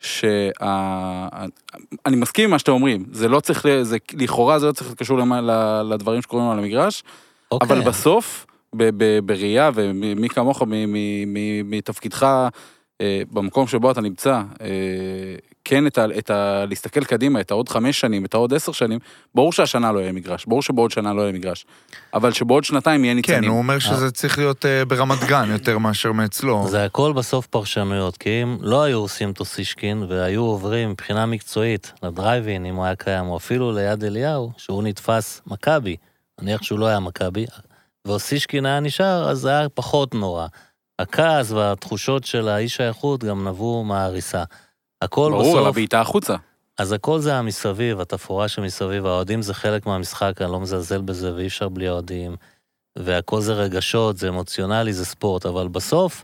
D: אני מסכים עם מה שאתם אומרים, זה לא צריך, לכאורה זה לא צריך לקשור לדברים שקוראים על המגרש, אבל בסוף, בראייה, ומי כמוך, מתפקידך, במקום שבו אתה נמצא, כן, להסתכל קדימה, את העוד 5 שנים, את העוד 10 שנים, ברור שהשנה לא יהיה מגרש, ברור שבעוד שנה לא יהיה מגרש, אבל שבעוד שנתיים יהיה ניצנים.
A: כן, הוא אומר שזה צריך להיות ברמת גן יותר מאשר מאצלו.
C: זה הכל בסוף פרשנויות, כי אם לא היו עושים את אוסישקין, והיו עוברים מבחינה מקצועית לדרייבין, אם הוא היה קיים, או אפילו ליד אליהו, שהוא נתפס מכבי, נניח שהוא לא היה מכבי, ואוסישקין היה נשאר, אז זה היה פחות נורא. הכעס והתחושות של האיש האיכות גם נבוא מההריסה. הכל
D: ברור,
C: בסוף...
D: בעיטה החוצה.
C: אז הכל זה המסביב, התפאורה שמסביב, האוהדים זה חלק מהמשחק, אני לא מזלזל בזה, ואי אפשר בלי האוהדים, והכל זה רגשות, זה אמוציונלי, זה ספורט, אבל בסוף,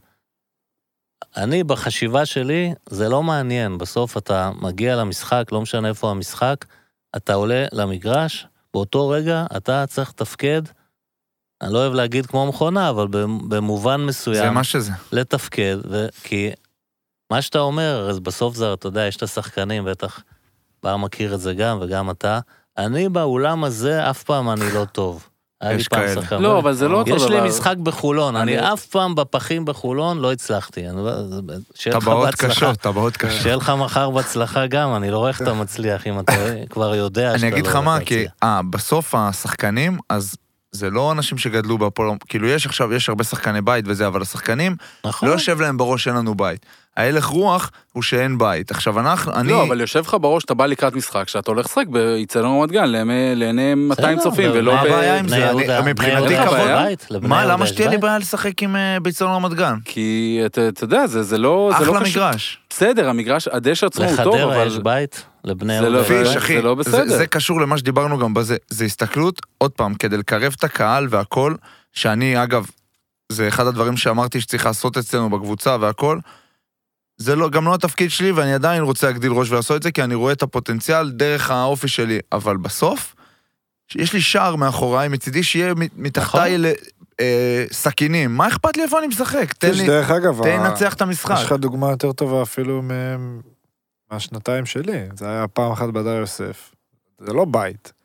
C: אני בחשיבה שלי, זה לא מעניין, בסוף אתה מגיע למשחק, לא משנה איפה המשחק, אתה עולה למגרש, באותו רגע אתה צריך לתפקד, אני לא אוהב להגיד כמו מכונה, אבל במובן מסוים,
A: זה מה שזה.
C: לתפקד, כי מה שאתה אומר, אז בסוף זה, אתה יודע, יש את השחקנים, בטח בר מכיר את זה גם, וגם אתה, אני באולם הזה אף פעם אני לא טוב.
A: יש כאלה.
D: לא, אבל זה לא אותו דבר.
C: יש לי משחק בחולון, אני אף פעם בפחים בחולון לא הצלחתי.
A: טבעות קשות, טבעות קשות.
C: שיהיה לך מחר בהצלחה גם, אני לא רואה איך אתה מצליח, אם אתה כבר יודע שאתה לא...
A: אני אגיד לך מה, כי בסוף השחקנים, אז זה לא אנשים שגדלו בהפועל, כאילו יש הרבה שחקני בית וזה, אבל השחקנים, לא יושב להם בראש שאין לנו בית. ההלך רוח הוא שאין בית. עכשיו אני...
D: לא, אבל יושב לך בראש, אתה בא לקראת משחק, שאתה הולך לשחק באצטדיון רמת גן, לעיני 200 צופים, ולא...
A: מה הבעיה עם זה? מבחינתי כבוד... מה, למה שתהיה לי בעיה לשחק עם באצטדיון רמת גן?
D: כי אתה יודע, זה לא...
A: אחלה מגרש.
D: בסדר, המגרש, הדשא עצמו הוא טוב, אבל...
C: לחדרה יש בית לבני
D: זה לא בסדר.
A: זה קשור למה שדיברנו גם בזה. זה הסתכלות, עוד פעם, כדי לקרב את הקהל והכל, שאני, אגב, זה אחד הדברים שאמרתי שצריך לעשות אצלנו בקבוצה והכל, זה לא, גם לא התפקיד שלי, ואני עדיין רוצה להגדיל ראש ולעשות את זה, כי אני רואה את הפוטנציאל דרך האופי שלי, אבל בסוף, יש לי שער מאחוריי, מצידי שיהיה מתחתיי סכינים, מה אכפת לי איפה אני משחק? תן לי, תנצח את המשחק.
B: יש לך דוגמה יותר טובה אפילו מהשנתיים שלי, זה היה פעם אחת בדר יוסף, זה לא בית,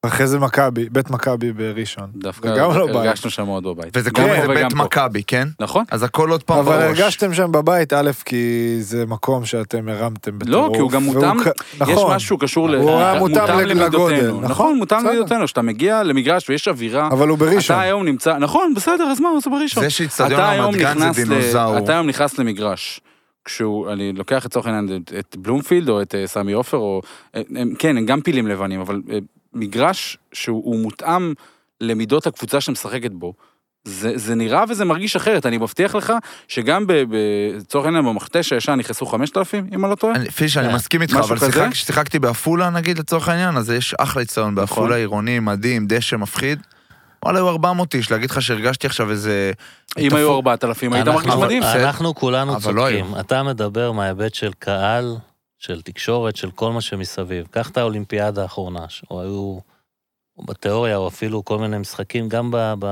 B: אחרי זה מכבי, בית מכבי בראשון.
D: דווקא הרגשנו שם מאוד בבית.
A: וזה קוראים לזה בית מכבי, כן?
D: נכון.
A: אז הכל עוד פעם
B: אבל
A: בראש.
B: הרגשתם שם בבית, א', כי זה מקום שאתם הרמתם בטירוף.
D: לא, כי הוא גם מותאם, יש משהו קשור
B: מותאם לגודל.
D: נכון, מותאם למידותינו, שאתה מגיע למגרש ויש אווירה.
B: אבל הוא בראשון.
D: אתה היום נמצא, נכון, בסדר, אז מה, זה בראשון.
A: זה שהצטדיון רמת גן זה דינוזאור.
D: אתה היום נכנס למגרש. אני לוקח לצורך העניין את בלומפילד או את סמי עופר, כן, הם גם פילים לבנים, אבל מגרש שהוא מותאם למידות הקבוצה שמשחקת בו, זה נראה וזה מרגיש אחרת. אני מבטיח לך שגם בצורך העניין במכתש הישן נכנסו 5,000, אם אני לא טועה.
A: פיש, אני מסכים איתך, אבל שיחקתי באפולה, נגיד, לצורך העניין, אז יש אחלה הצטיון באפולה, עירוני, מדהים, דשא, מפחיד. וואלה, היו 400 איש, להגיד לך שהרגשתי עכשיו איזה...
D: אם היו 4,000, היית מרגיש מדהים.
C: אנחנו כולנו צודקים. אתה מדבר מההיבט של קהל, של תקשורת, של כל מה שמסביב. קח את האולימפיאדה האחרונה, או היו בתיאוריה, או אפילו כל מיני משחקים, גם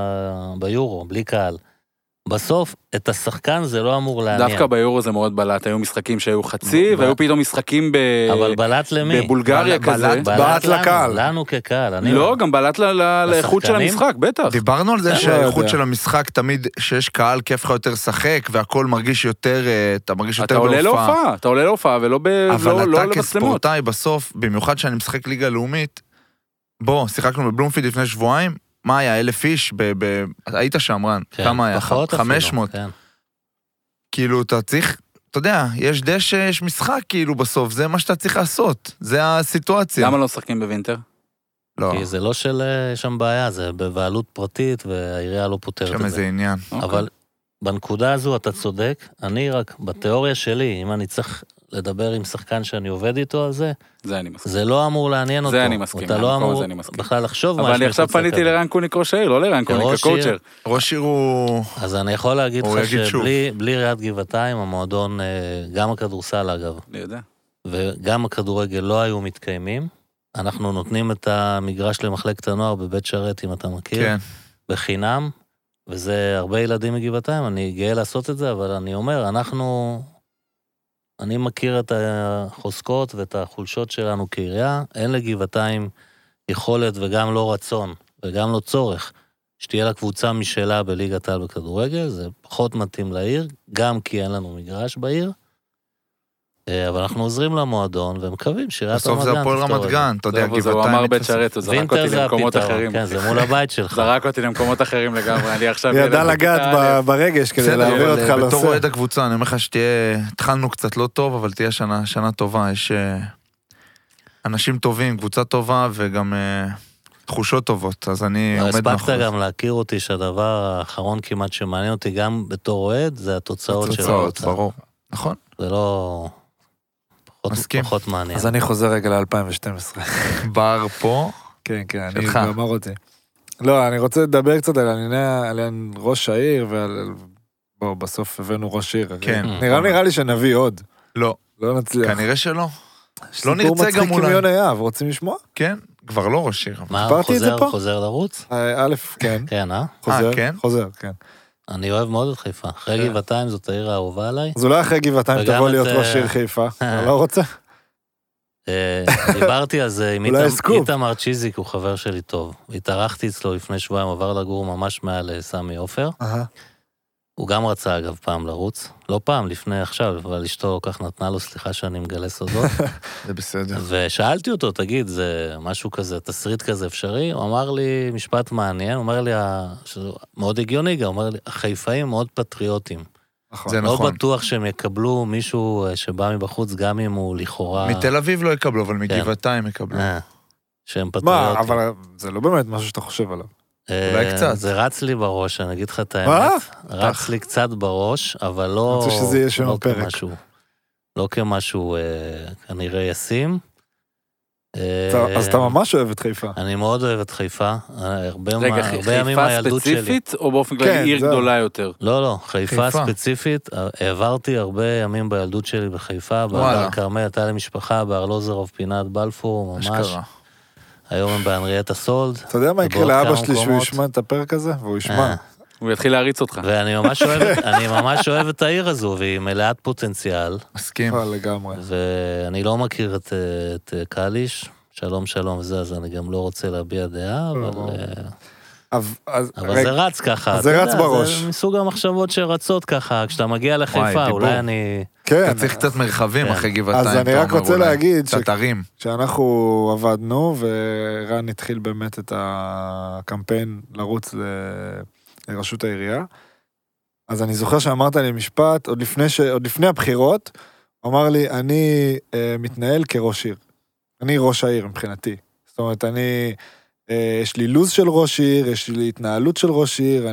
C: ביורו, בלי קהל. בסוף, את השחקן זה לא אמור לעניין.
D: דווקא ביורו זה מאוד בלט, היו משחקים שהיו חצי, והיו פתאום משחקים
C: אבל בלט למי?
D: בבולגריה כזה.
B: בלט לקהל.
C: לנו כקהל.
D: לא, גם בלט לאיכות של המשחק, בטח.
A: דיברנו על זה שהאיכות של המשחק תמיד, שיש קהל, כיף לך יותר לשחק, והכל מרגיש יותר, אתה מרגיש יותר בהופעה.
D: אתה עולה להופעה, ולא
A: אבל אתה
D: למצלמות.
A: כספורטאי בסוף, במיוחד שאני משחק ליגה לאומית, בוא, שיחקנו בבלומפילד לפני שבועיים, מה היה, 1,000 איש, היית שם, רן, כמה היה? 500. כאילו, אתה צריך, אתה יודע, יש דשא, יש משחק, כאילו, בסוף, זה מה שאתה צריך לעשות, זה הסיטואציה.
D: למה לא משחקים בווינטר?
A: לא.
C: כי זה לא של שם בעיה, זה בבעלות פרטית, והעירייה לא פותרת את זה.
A: שם איזה עניין.
C: אבל בנקודה הזו אתה צודק, אני רק, בתיאוריה שלי, אם אני צריך לדבר עם שחקן שאני עובד איתו על זה, זה לא אמור לעניין אותו.
D: זה אני מסכים.
C: אתה לא אמור בכלל לחשוב מה יש.
D: אבל אני עכשיו פניתי לרן קוניק ראש העיר, לא לרן קוניק הקואוצ'ר.
A: ראש עיר הוא...
C: אז אני יכול להגיד לך שבלי עיריית גבעתיים, המועדון, גם הכדורסל אגב,
D: אני יודע.
C: וגם הכדורגל לא היו מתקיימים. אנחנו נותנים את המגרש למחלקת הנוער בבית שרת, אם אתה מכיר, בחינם, וזה הרבה ילדים מגבעתיים, אני גאה לעשות את זה, אבל אני אומר, אני מכיר את החוזקות ואת החולשות שלנו כעירייה, אין לגבעתיים יכולת וגם לא רצון, וגם לא צורך, שתהיה לה קבוצה משלה בליגת העל בכדורגל, זה פחות מתאים לעיר, גם כי אין לנו מגרש בעיר, אבל אנחנו עוזרים למועדון, ומקווים שירת רמת גן.
A: בסוף זה הפועל רמת גן, אתה יודע, גבעתיים...
D: הוא אמר בית שרת, הוא זרק אותי למקומות אחרים.
C: כן, זה מול הבית שלך.
D: זרק אותי למקומות אחרים לגמרי, אני עכשיו...
B: ידע לגעת ברגש כדי להעביר אותך לנושא.
A: בתור אוהד הקבוצה, אני אומר לך שתהיה... התחלנו קצת לא טוב, אבל תהיה שנה טובה, יש אנשים טובים, קבוצה טובה, וגם תחושות טובות, אז אני עומד מאחורי.
C: הספקת גם להכיר אותי שהדבר האחרון כמעט שמעניין אותי גם בתור אוהד, זה התוצאות של
A: התוצאות, ברור. נכון.
C: זה לא... פחות מעניין.
B: אז אני חוזר רגע ל-2012.
A: בר פה.
B: כן, אני גמר אותי. לא, אני רוצה לדבר קצת על ראש העיר, בואו, בסוף הבאנו ראש עיר.
A: כן.
B: נראה לי שנביא עוד.
A: לא.
B: לא נצליח.
A: כנראה שלא. לא נרצה גם אולי.
B: סיפור מצחיק עם יונה יהב, רוצים לשמוע?
A: כן, כבר לא ראש עיר.
C: מה, חוזר לרוץ?
B: א', כן.
C: כן,
B: חוזר, כן.
C: אני אוהב מאוד את חיפה. אחרי גבעתיים זאת העיר האהובה עליי.
B: אז אולי אחרי גבעתיים תבוא להיות ראש עיר חיפה. אני לא רוצה.
C: דיברתי על זה עם איתמר צ'יזיק, הוא חבר שלי טוב. התארחתי אצלו לפני שבועיים, עבר לגור ממש מעל סמי עופר. הוא גם רצה אגב פעם לרוץ. לא פעם, לפני עכשיו, אבל אשתו כך נתנה לו, סליחה שאני מגלה סודות.
A: זה בסדר.
C: ושאלתי אותו, תגיד, זה משהו כזה, תסריט כזה אפשרי? הוא אמר לי משפט מעניין, הוא אומר לי, מאוד הגיוני גם, הוא אומר לי, החיפאים מאוד פטריוטים.
A: זה נכון.
C: לא בטוח שהם יקבלו מישהו שבא מבחוץ, גם אם הוא לכאורה...
A: מתל אביב לא יקבלו, אבל מגבעתיים יקבלו.
C: שהם פטריוטים.
B: מה, אבל זה לא באמת משהו שאתה חושב עליו.
A: אולי קצת.
C: זה רץ לי בראש, אני אגיד לך את האמת. רץ לי קצת בראש, אבל לא...
B: אני רוצה שזה יהיה שם פרק.
C: לא כמשהו כנראה ישים.
B: אז אתה ממש אוהב את חיפה.
C: אני מאוד אוהב את חיפה.
D: רגע, חיפה ספציפית, או באופן כללי עיר גדולה יותר?
C: לא, חיפה ספציפית. העברתי הרבה ימים בילדות שלי בחיפה, בהדר כרמל, הייתה לי משפחה, בארלוזרוב, פינת בלפור, ממש. היום הם באנריאטה סולד.
B: אתה יודע מה יקרה לאבא שלי שהוא ישמע את הפרק הזה? והוא ישמע.
D: הוא יתחיל להריץ אותך.
C: ואני ממש אוהב את העיר הזו, והיא מלאת פוטנציאל.
A: מסכים.
B: לגמרי.
C: ואני לא מכיר את קליש, שלום שלום וזה, אז אני גם לא רוצה להביע דעה, אבל
B: רגע,
C: זה רץ ככה.
B: זה רץ בראש.
C: זה מסוג המחשבות שרצות ככה, כשאתה מגיע לחיפה, אולי אני...
B: כן.
A: אתה צריך קצת מרחבים אחרי גבעתיים.
B: אז אני רק רוצה להגיד,
A: תתרים.
B: שאנחנו עבדנו, ורן התחיל באמת את הקמפיין לרוץ לראשות העירייה, אז אני זוכר שאמרת לי משפט, עוד לפני הבחירות, הוא אמר לי, אני מתנהל כראש עיר. אני ראש העיר מבחינתי. זאת אומרת, יש לי לוז של ראש עיר, יש לי התנהלות של ראש עיר,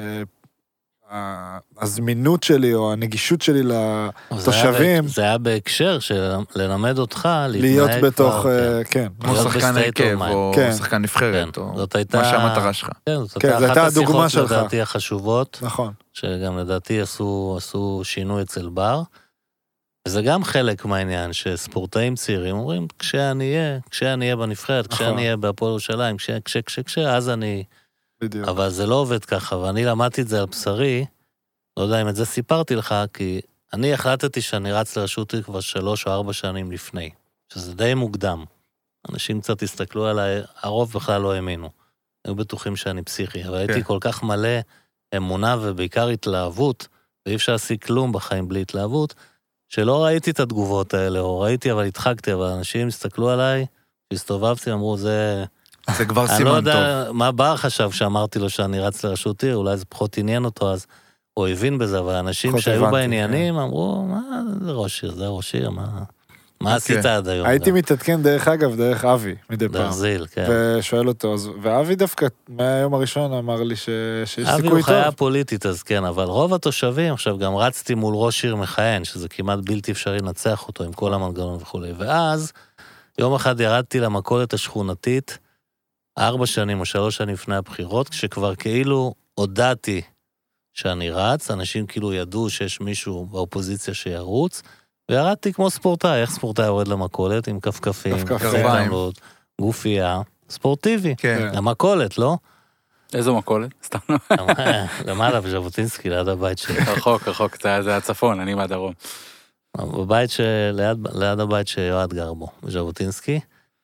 B: הזמינות שלי או הנגישות שלי לתושבים.
C: זה היה בהקשר של ללמד אותך
B: להיות בתוך, כן.
A: כמו שחקן הרכב או שחקן נבחרת, או מה שהמטרה שלך.
C: כן, זאת הייתה
B: הדוגמה שלך.
C: לדעתי החשובות.
B: נכון.
C: שגם לדעתי עשו שינוי אצל בר. וזה גם חלק מהעניין שספורטאים צעירים אומרים, כשאני אהיה בנבחרת, כשאני אהיה בהפועל ירושלים, אז אני...
B: בדיוק.
C: אבל זה לא עובד ככה, ואני למדתי את זה על בשרי, לא יודע אם את זה סיפרתי לך, כי אני החלטתי שאני רץ לרשות עיר כבר 3 או 4 שנים לפני, שזה די מוקדם. אנשים קצת הסתכלו עליי, הרוב בכלל לא האמינו. היו בטוחים שאני פסיכי, אבל הייתי כל כך מלא אמונה ובעיקר התלהבות, ואי אפשר להשיג כלום בחיים בלי התלהבות, שלא ראיתי את התגובות האלה, או ראיתי אבל התחקתי, אבל אנשים הסתכלו עליי, שהסתובבתי, אמרו, זה
A: כבר סימן טוב.
C: אני לא יודע מה בר חשב שאמרתי לו שאני רץ לרשות עיר, אולי זה פחות עניין אותו אז, או הבין בזה, אבל אנשים שהיו בעניינים אמרו, מה זה ראש עיר, זה ראש עיר, מה עשית עד היום?
B: הייתי מתעדכן דרך אגב, דרך אבי, מדי פעם.
C: דרזיל, כן.
B: ושואל אותו, ואבי דווקא מהיום הראשון אמר לי שיש סיכוי טוב.
C: אבי הוא חיה פוליטית, אז כן, אבל רוב התושבים, עכשיו גם רצתי מול ראש עיר מכהן, שזה כמעט בלתי אפשרי לנצח אותו עם כל המנגנון וכו'. ואז, יום אחד ירדתי למכולת השכונתית, 4 שנים או 3 שנים לפני הבחירות, כשכבר כאילו הודעתי שאני רץ, אנשים כאילו ידעו שיש מישהו באופוזיציה שירוץ, וירדתי כמו ספורטאי, איך ספורטאי יורד למכולת, עם כפכפים,
A: קרביים,
C: גופייה, ספורטיבי, למכולת, לא?
D: איזו מכולת? סתם.
C: למעלה בז'בוטינסקי, ליד הבית שלי.
D: רחוק, זה הצפון, אני מהדרום.
C: בבית ליד הבית שיועד גר בו, בז'בוטינסקי,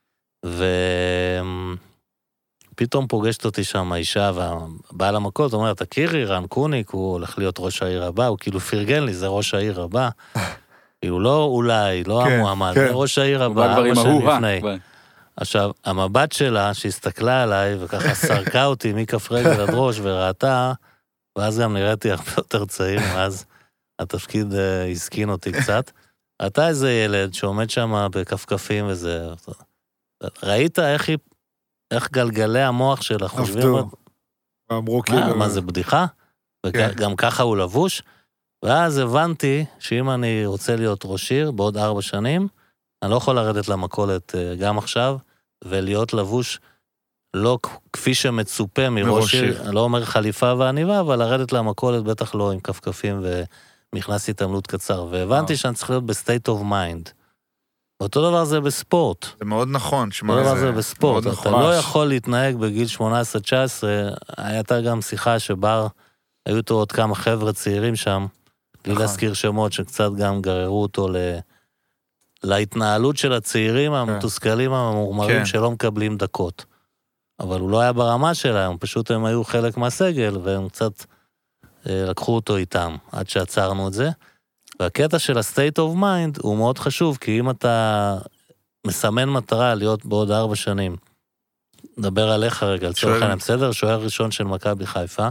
C: ופתאום פוגשת אותי שם האישה, והבעל המכולת אומר, תכירי, רן קוניק, הוא הולך להיות ראש העיר הבא, הוא כאילו פרגן לי, זה ראש העיר הבא. כאילו לא אולי, לא המועמד, זה ראש העיר הבא, 4 שנים לפני. עכשיו, המבט שלה, שהסתכלה עליי, וככה סרקה אותי מכף רגל עד ראש, וראתה, ואז גם נראיתי הרבה יותר צעיר, ואז התפקיד הסכין אותי קצת. ראתה איזה ילד שעומד שם בכפכפים וזה, ראית איך גלגלי המוח שלה חושבים?
B: אמרו כאילו...
C: מה זה בדיחה? וגם ככה הוא לבוש? ואז הבנתי שאם אני רוצה להיות ראש עיר בעוד 4 שנים, אני לא יכול לרדת למכולת גם עכשיו, ולהיות לבוש לא כפי שמצופה מראש עיר, אני לא אומר חליפה ועניבה, אבל לרדת למכולת בטח לא עם כפכפים ומכנס התעמלות קצר, והבנתי שאני צריך להיות בסטייט אוף מיינד. אותו דבר זה בספורט.
A: זה מאוד נכון.
C: אותו דבר זה בספורט. אתה לא יכול להתנהג בגיל 18-19, הייתה גם שיחה שבר, היו אותו עוד כמה חבר'ה צעירים שם, בלי להזכיר שמות שקצת גם גררו אותו להתנהלות של הצעירים המתוסכלים המורמרים שלא מקבלים דקות. אבל הוא לא היה ברמה שלהם, פשוט הם היו חלק מהסגל, והם קצת לקחו אותו איתם, עד שעצרנו את זה. והקטע של ה-state of mind הוא מאוד חשוב, כי אם אתה מסמן מטרה להיות בעוד 4 שנים, נדבר עליך רגע, לצורך העניין, בסדר? שוער ראשון של מכבי חיפה,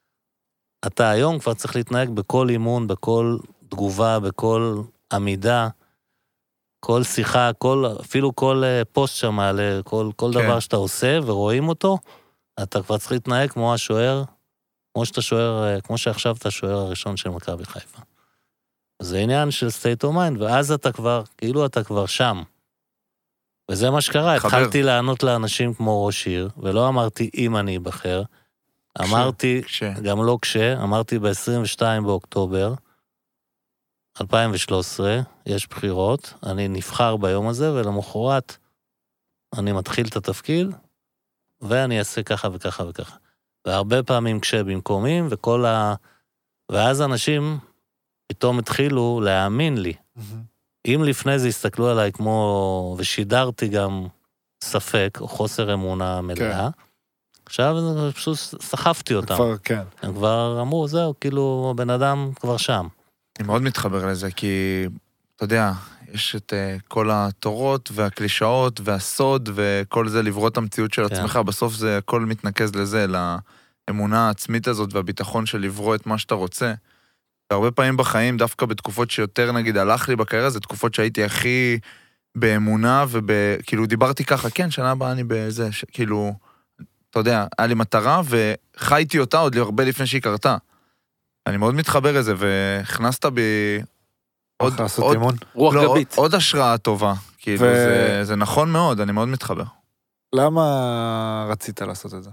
C: אתה היום כבר צריך להתנהג בכל אימון, בכל תגובה, בכל עמידה, כל שיחה, אפילו כל פוסט שמעלה, כל דבר שאתה עושה ורואים אותו, אתה כבר צריך להתנהג כמו השוער, כמו שעכשיו אתה השוער הראשון של מכבי חיפה. זה עניין של state of mind, ואז אתה כבר, כאילו אתה כבר שם. וזה מה שקרה, התחלתי לענות לאנשים כמו ראש עיר, ולא אמרתי אם אני אבחר, אמרתי, גם לא אמרתי ב-22 באוקטובר, 2013, יש בחירות, אני נבחר ביום הזה, ולמחרת אני מתחיל את התפקיד, ואני אעשה ככה וככה וככה. והרבה פעמים במקומים, ואז אנשים פתאום התחילו להאמין לי. אם לפני זה הסתכלו עליי כמו, ושידרתי גם ספק או חוסר אמונה מלאה. עכשיו פשוט סחפתי אותם.
B: כן.
C: הם כבר אמרו, זהו, כאילו הבן אדם כבר שם.
A: אני מאוד מתחבר לזה, כי אתה יודע, יש את כל התורות והקלישאות והסוד וכל זה, לברוא את המציאות של עצמך, בסוף זה הכל מתנקז לזה, לאמונה העצמית הזאת והביטחון של לברוא את מה שאתה רוצה. והרבה פעמים בחיים, דווקא בתקופות שיותר נגיד הלך לי בקריירה, זה תקופות שהייתי הכי באמונה וכאילו דיברתי ככה, כן, שנה הבאה אני בזה, כאילו, אתה יודע, היה לי מטרה וחייתי אותה עוד הרבה לפני שהיא קרתה. אני מאוד מתחבר לזה, והכנסת בי
D: רוח גבית.
A: עוד השראה טובה, כאילו, זה נכון מאוד, אני מאוד מתחבר.
B: למה רצית לעשות את זה?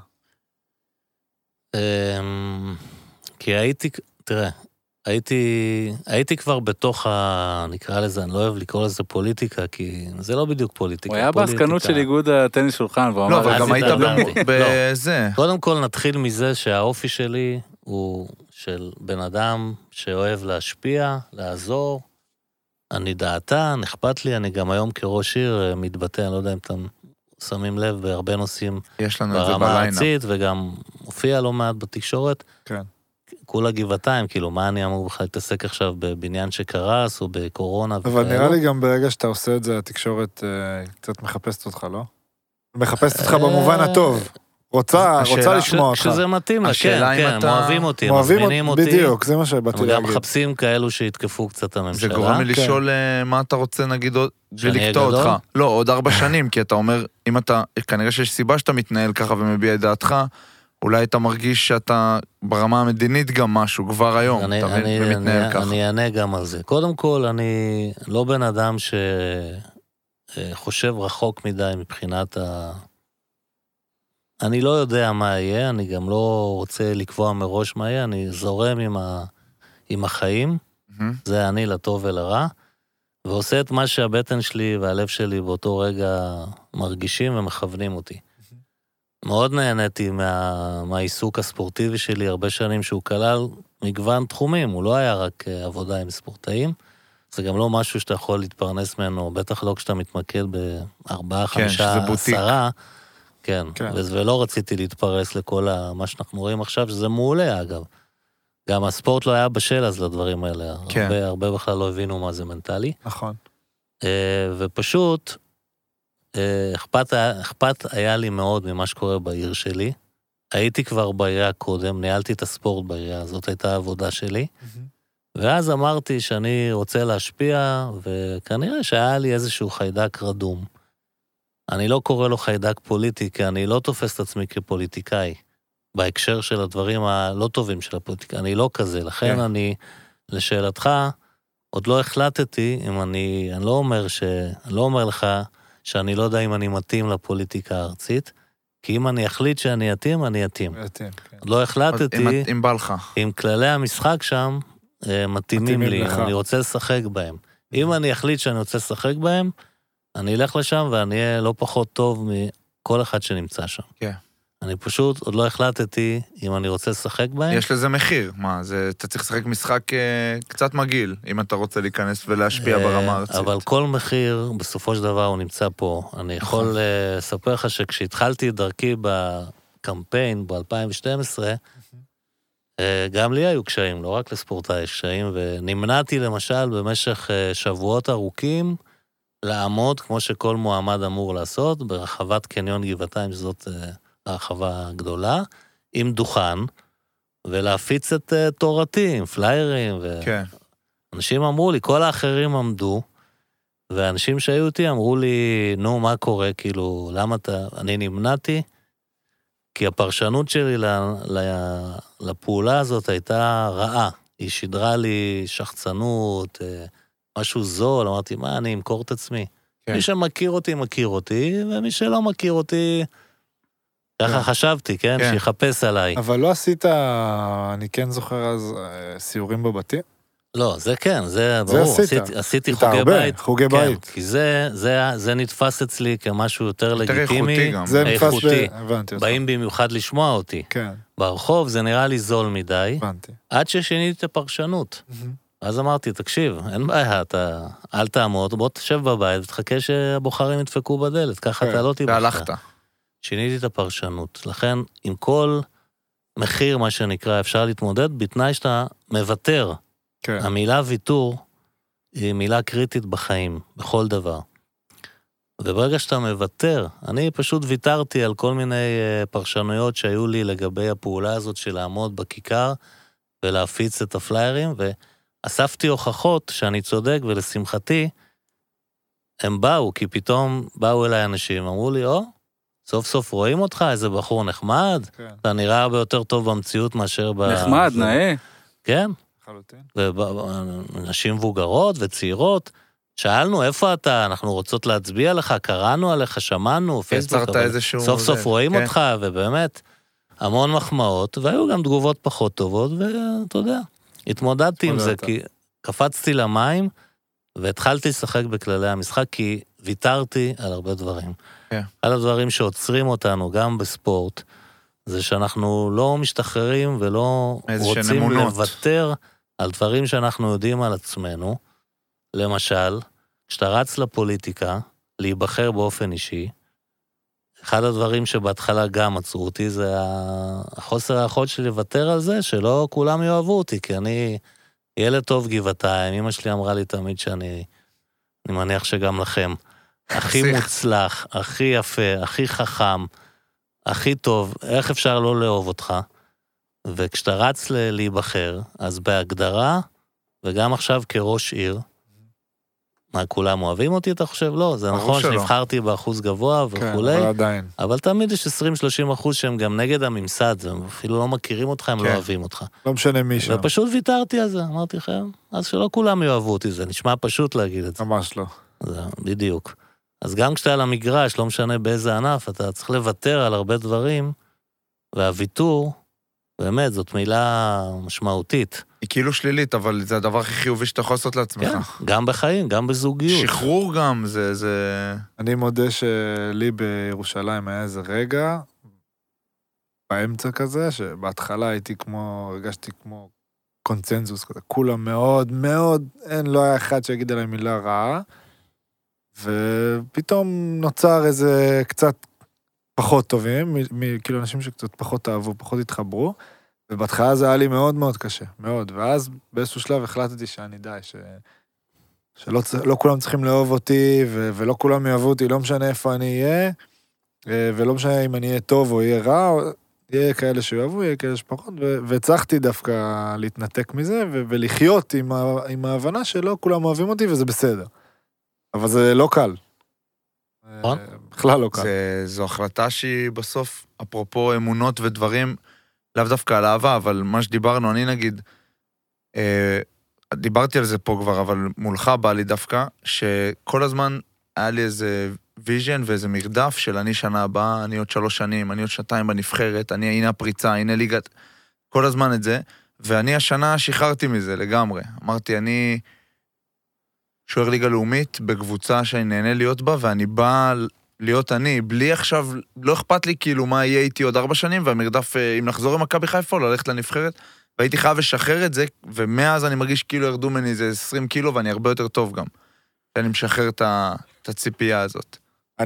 C: כי הייתי, תראה, הייתי כבר בתוך נקרא לזה, אני לא אוהב לקרוא לזה פוליטיקה, כי זה לא בדיוק פוליטיקה.
D: הוא היה בעסקנות של איגוד הטניס שולחן,
A: לא, אבל גם היית בזה.
C: קודם כל נתחיל מזה שהאופי שלי הוא של בן אדם שאוהב להשפיע, לעזור, אני דעתן, אכפת לי, אני גם היום כראש עיר מתבטא, אני לא יודע אם אתם שמים לב בהרבה נושאים ברמה הארצית, וגם מופיע לא מעט בתקשורת.
B: כן.
C: כולה גבעתיים, כאילו, מה אני אמור בכלל להתעסק עכשיו בבניין שקרס, או בקורונה?
B: אבל נראה לי גם ברגע שאתה עושה את זה, התקשורת קצת מחפשת אותך, לא? מחפשת אותך במובן הטוב. רוצה לשמוע אותך.
C: כשזה מתאים לה, כן, הם אוהבים אותי, הם מזמינים אותי.
B: בדיוק, זה מה שבאתי להגיד.
C: הם גם מחפשים כאלו שיתקפו קצת הממשלה.
A: זה גורם לי לשאול מה אתה רוצה, נגיד, ולקטוע אותך. לא, עוד 4 שנים, כי אתה אומר, אם אתה, כנראה שיש סיבה שאתה מתנהל ככה ומביע את דעתך, אולי אתה מרגיש שאתה ברמה המדינית גם משהו, כבר היום, אתה מתנהל ככה.
C: אני אענה גם על זה. קודם כל, אני לא בן אדם שחושב רחוק מדי מבחינת אני לא יודע מה יהיה, אני גם לא רוצה לקבוע מראש מה יהיה, אני זורם עם החיים, זה אני לטוב ולרע, ועושה את מה שהבטן שלי והלב שלי באותו רגע מרגישים ומכוונים אותי. מאוד נהניתי מהעיסוק הספורטיבי שלי, הרבה שנים שהוא כלל מגוון תחומים, הוא לא היה רק עבודה עם ספורטאים, זה גם לא משהו שאתה יכול להתפרנס ממנו, בטח לא כשאתה מתמקד ב4, 5, 10, כן, ולא רציתי להתפרס לכל מה שאנחנו רואים עכשיו, שזה מעולה אגב. גם הספורט לא היה בשל אז לדברים האלה, הרבה בכלל לא הבינו מה זה מנטלי.
B: נכון.
C: ופשוט, אכפת היה לי מאוד ממה שקורה בעיר שלי. הייתי כבר בעירייה קודם, ניהלתי את הספורט בעירייה, זאת הייתה העבודה שלי. ואז אמרתי שאני רוצה להשפיע, וכנראה שהיה לי איזשהו חיידק רדום. אני לא קורא לו חיידק פוליטי, כי אני לא תופס את עצמי כפוליטיקאי, בהקשר של הדברים הלא טובים של הפוליטיקה. אני לא כזה, לכן אני, לשאלתך, עוד לא החלטתי, אם אני לא אומר לך, שאני לא יודע אם אני מתאים לפוליטיקה הארצית, כי אם אני אחליט שאני אתאים, אני אתאים. עוד לא החלטתי, אם כללי המשחק שם מתאימים לי, אני רוצה לשחק בהם. אם אני אחליט שאני רוצה לשחק בהם, אני אלך לשם ואני אהיה לא פחות טוב מכל אחד שנמצא שם. אני פשוט עוד לא החלטתי אם אני רוצה לשחק בהם.
A: יש לזה מחיר, מה? אתה צריך לשחק משחק קצת מגיל, אם אתה רוצה להיכנס ולהשפיע ברמה הארצית.
C: אבל כל מחיר, בסופו של דבר, הוא נמצא פה. אני יכול לספר לך שכשהתחלתי את דרכי בקמפיין ב-2012, גם לי היו קשיים, לא רק לספורטאי יש קשיים, ונמנעתי למשל במשך שבועות ארוכים, לעמוד, כמו שכל מועמד אמור לעשות, ברחבת קניון גבעתיים, שזאת הרחבה גדולה, עם דוכן, ולהפיץ את תורתי, עם פליירים, ואנשים אמרו לי, כל האחרים עמדו, ואנשים שהיו אותי אמרו לי, נו, מה קורה, כאילו, למה אני נמנעתי? כי הפרשנות שלי לפעולה הזאת הייתה רעה, היא שידרה לי שחצנות, משהו זול, אמרתי, מה, אני אמכור את עצמי? מי שמכיר אותי, מכיר אותי, ומי שלא מכיר אותי, ככה חשבתי, כן? שיחפש עליי.
B: אבל לא עשית, אני כן זוכר אז, סיורים בבתים?
C: לא, זה כן, זה ברור, עשיתי חוגי בית.
B: חוגי בית.
C: כי זה נתפס אצלי כמשהו יותר לגיטימי,
B: איכותי.
C: באים במיוחד לשמוע אותי. ברחוב זה נראה לי זול מדי, עד ששיניתי את הפרשנות. אז אמרתי, תקשיב, אין בעיה, אתה אל תעמוד, בוא תשב בבית ותחכה שהבוחרים ידפקו בדלת, ככה אתה לא תיבחר.
A: והלכת.
C: שיניתי את הפרשנות. לכן, עם כל מחיר, מה שנקרא, אפשר להתמודד, בתנאי שאתה מוותר.
B: כן.
C: המילה ויתור היא מילה קריטית בחיים, בכל דבר. וברגע שאתה מוותר, אני פשוט ויתרתי על כל מיני פרשנויות שהיו לי לגבי הפעולה הזאת של לעמוד בכיכר ולהפיץ את הפליירים, ואספתי הוכחות שאני צודק, ולשמחתי, הם באו, כי פתאום באו אליי אנשים, אמרו לי, סוף סוף רואים אותך, איזה בחור נחמד,
B: כן.
C: אתה נראה הרבה יותר טוב במציאות מאשר
D: נחמד, נאה.
C: כן.
B: חלוטין.
C: ונשים מבוגרות וצעירות, שאלנו איפה אתה, אנחנו רוצות להצביע לך, קראנו עליך, שמענו, פייסבוק, סוף סוף רואים אותך, ובאמת, המון מחמאות, והיו גם תגובות פחות טובות, ואתה יודע, התמודדתי עם זה, כי קפצתי למים, והתחלתי לשחק בכללי המשחק, כי ויתרתי על הרבה דברים. אחד הדברים שעוצרים אותנו, גם בספורט, זה שאנחנו לא משתחררים, ולא רוצים לוותר על דברים שאנחנו יודעים על עצמנו. למשל, כשאתה רץ לפוליטיקה, להיבחר באופן אישי, אחד הדברים שבהתחלה גם עצרו אותי, זה החוסר היכולת שלי לוותר על זה, שלא כולם יאהבו אותי, כי אני ילד טוב גבעתיים, אמא שלי אמרה לי תמיד שאני, אני מניח שגם לכם, הכי מוצלח, הכי יפה, הכי חכם, הכי טוב, איך אפשר לא לאהוב אותך? וכשאתה רץ להיבחר, אז בהגדרה, וגם עכשיו כראש עיר, מה, כולם אוהבים אותי, אתה חושב? לא, זה נכון שנבחרתי באחוז גבוה וכולי,
B: אבל עדיין.
C: אבל תמיד יש 20-30% שהם גם נגד הממסד, הם אפילו לא מכירים אותך, הם לא אוהבים אותך.
B: לא משנה מי שם.
C: ופשוט ויתרתי על זה, אמרתי לכם, אז שלא כולם יאהבו אותי, זה נשמע פשוט להגיד את זה.
B: ממש לא.
C: זה בדיוק. אז גם כשאתה על המגרש, לא משנה באיזה ענף, אתה צריך לוותר על הרבה דברים, והוויתור, באמת, זאת מילה משמעותית.
A: היא כאילו שלילית, אבל זה הדבר הכי חיובי שאתה יכול לעשות לעצמך.
C: כן, גם בחיים, גם בזוגיות.
A: שחרור גם, זה...
B: אני מודה שלי בירושלים היה איזה רגע, באמצע כזה, שבהתחלה הרגשתי כמו קונצנזוס כזה, כולם מאוד מאוד, לא היה אחד שיגיד עליי מילה רעה, ופתאום נוצר איזה קצת פחות טובים, כאילו אנשים שקצת פחות אהבו, פחות התחברו, ובהתחלה זה היה לי מאוד מאוד קשה, מאוד, ואז באיזשהו שלב החלטתי שאני די, שלא כולם צריכים לאהוב אותי, ולא כולם יאהבו אותי, לא משנה איפה אני אהיה, ולא משנה אם אני אהיה טוב או יהיה רע, יהיה כאלה שאוהבו, יהיה כאלה שפחות, והצלחתי דווקא להתנתק מזה, ולחיות עם ההבנה שלא כולם אוהבים אותי, וזה בסדר. אבל זה לא קל. בכלל לא קל.
A: זו החלטה שהיא בסוף, אפרופו אמונות ודברים, לאו דווקא על אהבה, אבל מה שדיברנו, אני נגיד, דיברתי על זה פה כבר, אבל מולך בא לי דווקא, שכל הזמן היה לי איזה ויז'ן ואיזה מרדף של אני שנה הבאה, אני עוד 3 שנים, אני עוד 2 בנבחרת, הנה הפריצה, הנה ליגת, כל הזמן את זה, ואני השנה שחררתי מזה לגמרי. אמרתי, אני שוער ליגה לאומית בקבוצה שאני נהנה להיות בה, ואני בא להיות אני, בלי עכשיו, לא אכפת לי כאילו מה יהיה איתי עוד 4 שנים, והמרדף, אם נחזור עם מכבי חיפה, ללכת לנבחרת, והייתי חייב לשחרר את זה, ומאז אני מרגיש כאילו ירדו ממני איזה 20 קילו, ואני הרבה יותר טוב גם. אני משחרר את הציפייה הזאת.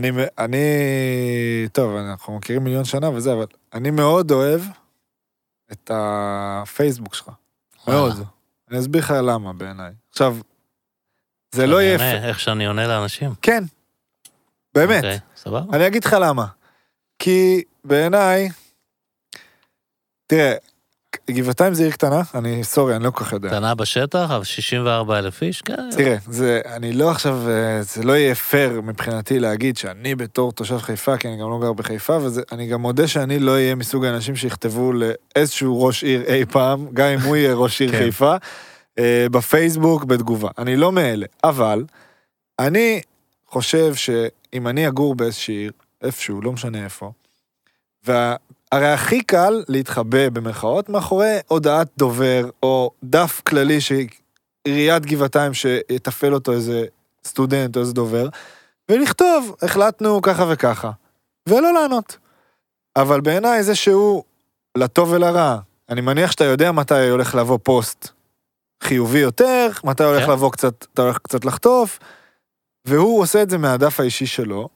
B: טוב, אנחנו מכירים 1,000,000 שנה וזה, אבל אני מאוד אוהב את הפייסבוק שלך. מאוד. אני אסביר לך למה בעיניי. עכשיו, זה לא יהיה...
C: איך שאני עונה לאנשים?
B: כן. באמת.
C: אוקיי, סבבה.
B: אני אגיד לך למה. כי בעיניי, תראה, גבעתיים זה עיר קטנה, אני לא כל כך יודע.
C: קטנה בשטח, אבל 64,000 איש, כן.
B: תראה, אני לא עכשיו, זה לא יהיה פייר מבחינתי להגיד שאני בתור תושב חיפה, כי אני גם לא גר בחיפה, ואני גם מודה שאני לא אהיה מסוג האנשים שיכתבו לאיזשהו ראש עיר אי פעם, גם אם הוא יהיה ראש עיר חיפה, בפייסבוק, בתגובה. אני לא מאלה, אבל אני חושב שאם אני אגור באיזשהו עיר, איפשהו, לא משנה איפה, הרי הכי קל להתחבא במרכאות מאחורי הודעת דובר, או דף כללי שעיריית גבעתיים שיתפעל אותו איזה סטודנט או איזה דובר, ולכתוב, החלטנו ככה וככה, ולא לענות. אבל בעיניי זה שהוא לטוב ולרע, אני מניח שאתה יודע מתי הולך לבוא פוסט חיובי יותר, מתי הולך לבוא קצת, אתה הולך קצת לחטוף, והוא עושה את זה מהדף האישי שלו,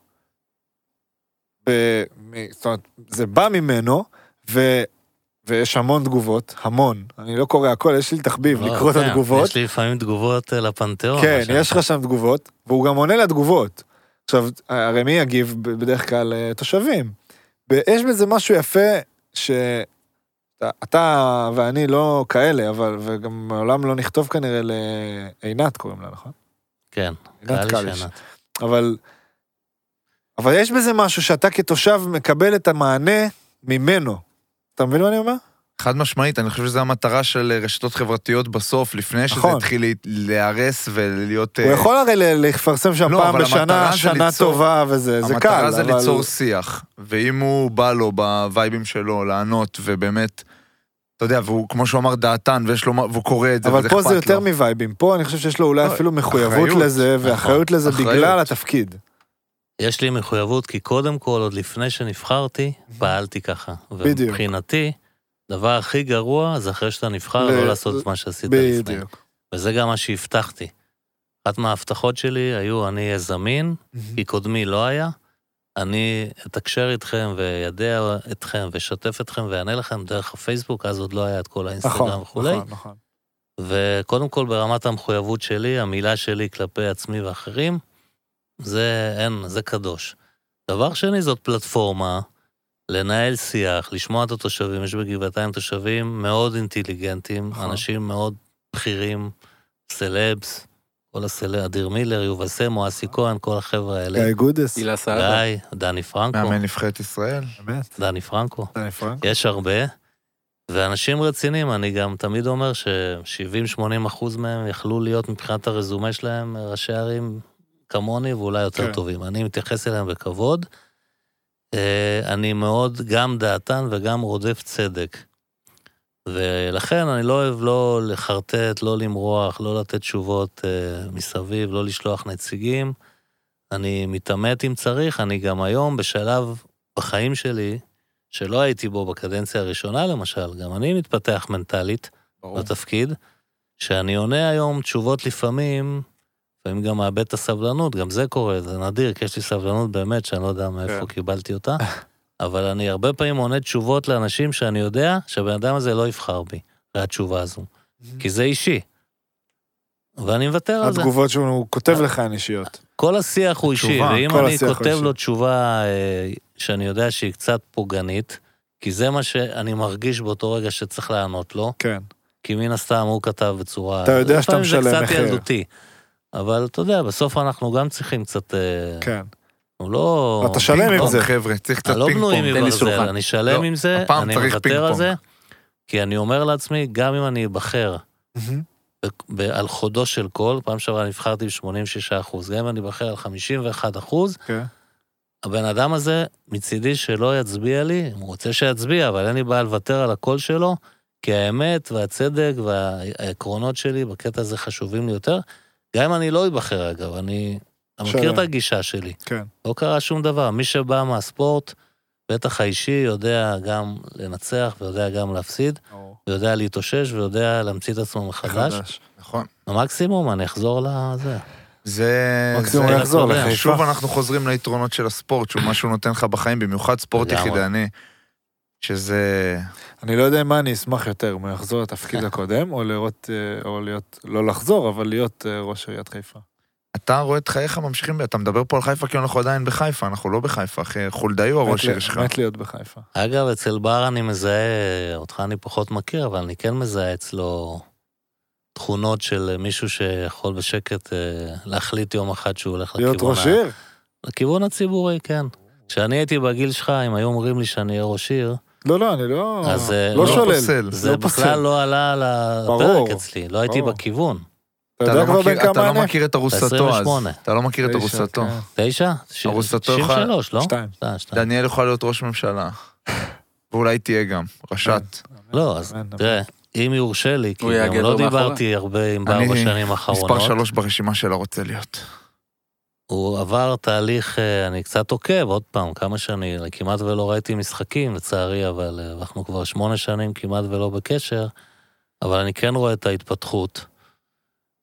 B: זאת אומרת, זה בא ממנו, ויש המון תגובות, המון, אני לא קורא הכל, יש לי תחביב לקרוא את התגובות.
C: יש לי לפעמים תגובות לפנתיאון.
B: כן, יש לך שם תגובות, והוא גם עונה לתגובות. עכשיו, הרי מי יגיב בדרך כלל תושבים? ויש בזה משהו יפה, שאתה ואני לא כאלה, אבל וגם מעולם לא נכתוב כנראה לעינת, קוראים לה, נכון?
C: כן,
B: עינת קליש. אבל יש בזה משהו שאתה כתושב מקבל את המענה ממנו. אתה מבין מה אני אומר?
A: חד משמעית, אני חושב שזו המטרה של רשתות חברתיות בסוף, לפני שזה התחיל להירס ולהיות...
B: הוא יכול הרי לפרסם שם פעם בשנה, שנה טובה וזה, זה קל.
A: המטרה זה ליצור שיח, ואם הוא בא לו בווייבים שלו לענות, ובאמת, אתה יודע, והוא כמו שהוא אמר דעתן, והוא קורא את זה,
B: אבל פה זה יותר מווייבים, פה אני חושב שיש לו אולי אפילו מחויבות לזה, ואחריות לזה בגלל התפקיד.
C: יש לי מחויבות, כי קודם כל, עוד לפני שנבחרתי, פעלתי ככה. ומבחינתי, דבר הכי גרוע, זה אחרי שאתה נבחר, לא לעשות את מה שעשית לפני. וזה גם מה שהבטחתי. אחת מההבטחות שלי היו, אני אהיה זמין, כי קודמי לא היה, אני אתקשר איתכם, וידע אתכם, ושתף אתכם, ואענה לכם דרך הפייסבוק, אז עוד לא היה את כל האינסטגרם וכו'.
B: נכון.
C: וקודם כל, ברמת המחויבות שלי, המילה שלי כלפי עצמי ואחרים, זה קדוש. דבר שני, זאת פלטפורמה, לנהל שיח, לשמוע את התושבים, יש בגבעתיים תושבים מאוד אינטליגנטים, אנשים מאוד בכירים, סלבס, כל אדיר מילר, יובל סמו, אסי כהן, כל החבר'ה האלה.
B: גיא גודס.
D: הילה סעדה.
C: גיא, דני פרנקו.
A: מאמן נבחרת ישראל.
C: דני פרנקו. יש הרבה, ואנשים רציניים, אני גם תמיד אומר ש70-80% מהם יכלו להיות מבחינת הרזומה שלהם, ראשי ערים כמוני ואולי יותר טובים. אני מתייחס אליהם בכבוד, אני מאוד גם דעתן וגם רודף צדק. ולכן אני לא אוהב לא לחרטט, לא למרוח, לא לתת תשובות מסביב, לא לשלוח נציגים. אני מתאמת אם צריך, אני גם היום בשלב בחיים שלי, שלא הייתי בו בקדנציה הראשונה למשל, גם אני מתפתח מנטלית בתפקיד, שאני עונה היום תשובות לפעמים גם מאבד את הסבלנות, גם זה קורה, זה נדיר, כי יש לי סבלנות באמת, שאני לא יודע מאיפה קיבלתי אותה, אבל אני הרבה פעמים עונה תשובות לאנשים שאני יודע שהבן אדם הזה לא יבחר בי, והתשובה הזו, כי זה אישי. ואני מוותר על זה.
B: התגובות שהוא כותב לך הן אישיות.
C: כל השיח הוא אישי, ואם אני כותב לו תשובה שאני יודע שהיא קצת פוגענית, כי זה מה שאני מרגיש באותו רגע שצריך לענות לו, כי מן הסתם הוא כתב בצורה...
B: אתה יודע שאתה משלם מחיר.
C: אבל אתה יודע, בסוף אנחנו גם צריכים קצת...
B: כן.
C: הוא לא...
B: אתה שלם עם זה.
A: חבר'ה, צריך קצת
C: לא
A: פינג
C: בנויים
A: פונג.
C: מברזל, אני שלם עם זה, אני מוותר על זה, כי אני אומר לעצמי, גם אם אני אבחר על חודו של כל, פעם שעברה נבחרתי ב-86%, גם אם אני אבחר על 51%, הבן אדם הזה, מצידי שלא יצביע לי, הוא רוצה שיצביע, אבל אין לי בעיה לוותר על הקול שלו, כי האמת והצדק והעקרונות שלי בקטע הזה חשובים לי יותר, גם אם אני לא אבחר אגב, אני מכיר את הגישה שלי.
B: כן.
C: לא קרה שום דבר. מי שבא מהספורט, בטח האישי, יודע גם לנצח, ויודע גם להפסיד, ויודע להתאושש, ויודע להמציא את עצמו מחדש.
A: נכון.
C: המקסימום, אני אחזור לזה.
A: זה...
B: מקסימום יחזור לחיפה.
A: שוב אנחנו חוזרים ליתרונות של הספורט, שהוא משהו נותן לך בחיים, במיוחד ספורט יחידני, שזה...
B: אני לא יודע מה אני אשמח יותר, אם לחזור לתפקיד הקודם, או לראות, או להיות, לא לחזור, אבל להיות ראש עיריית חיפה.
A: אתה רואה את חייך ממשיכים, אתה מדבר פה על חיפה, כי אנחנו עדיין בחיפה, אנחנו לא בחיפה, אחי חולדאי הוא הראש עיר שלך.
B: מת להיות בחיפה.
C: אגב, אצל בר אני מזהה, אותך אני פחות מכיר, אבל אני כן מזהה אצלו תכונות של מישהו שיכול בשקט להחליט יום אחד שהוא הולך
B: להיות ראש עיר?
C: לכיוון הציבורי, כן. כשאני הייתי בגיל שלך, אם היו אומרים לי שאני אהיה ראש עיר,
B: לא, אני לא...
C: אז
B: לא שולל.
C: זה בכלל לא עלה על הפרק אצלי, לא הייתי בכיוון.
B: אתה
A: לא מכיר את ארוסתו אז. אתה לא מכיר את ארוסתו.
C: 9?
A: ארוסתו
C: 63, לא?
B: 2.
A: דניאל יכול להיות ראש ממשלה. ואולי תהיה גם, ראשת.
C: לא, אז תראה, אם יורשה לי, כי גם לא דיברתי הרבה עם בר בשנים האחרונות.
A: מספר 3 ברשימה שלה רוצה להיות.
C: הוא עבר תהליך, אני קצת עוקב, עוד פעם, כמה שנים, כמעט ולא ראיתי משחקים, לצערי, אבל אנחנו כבר 8 שנים כמעט ולא בקשר, אבל אני כן רואה את ההתפתחות.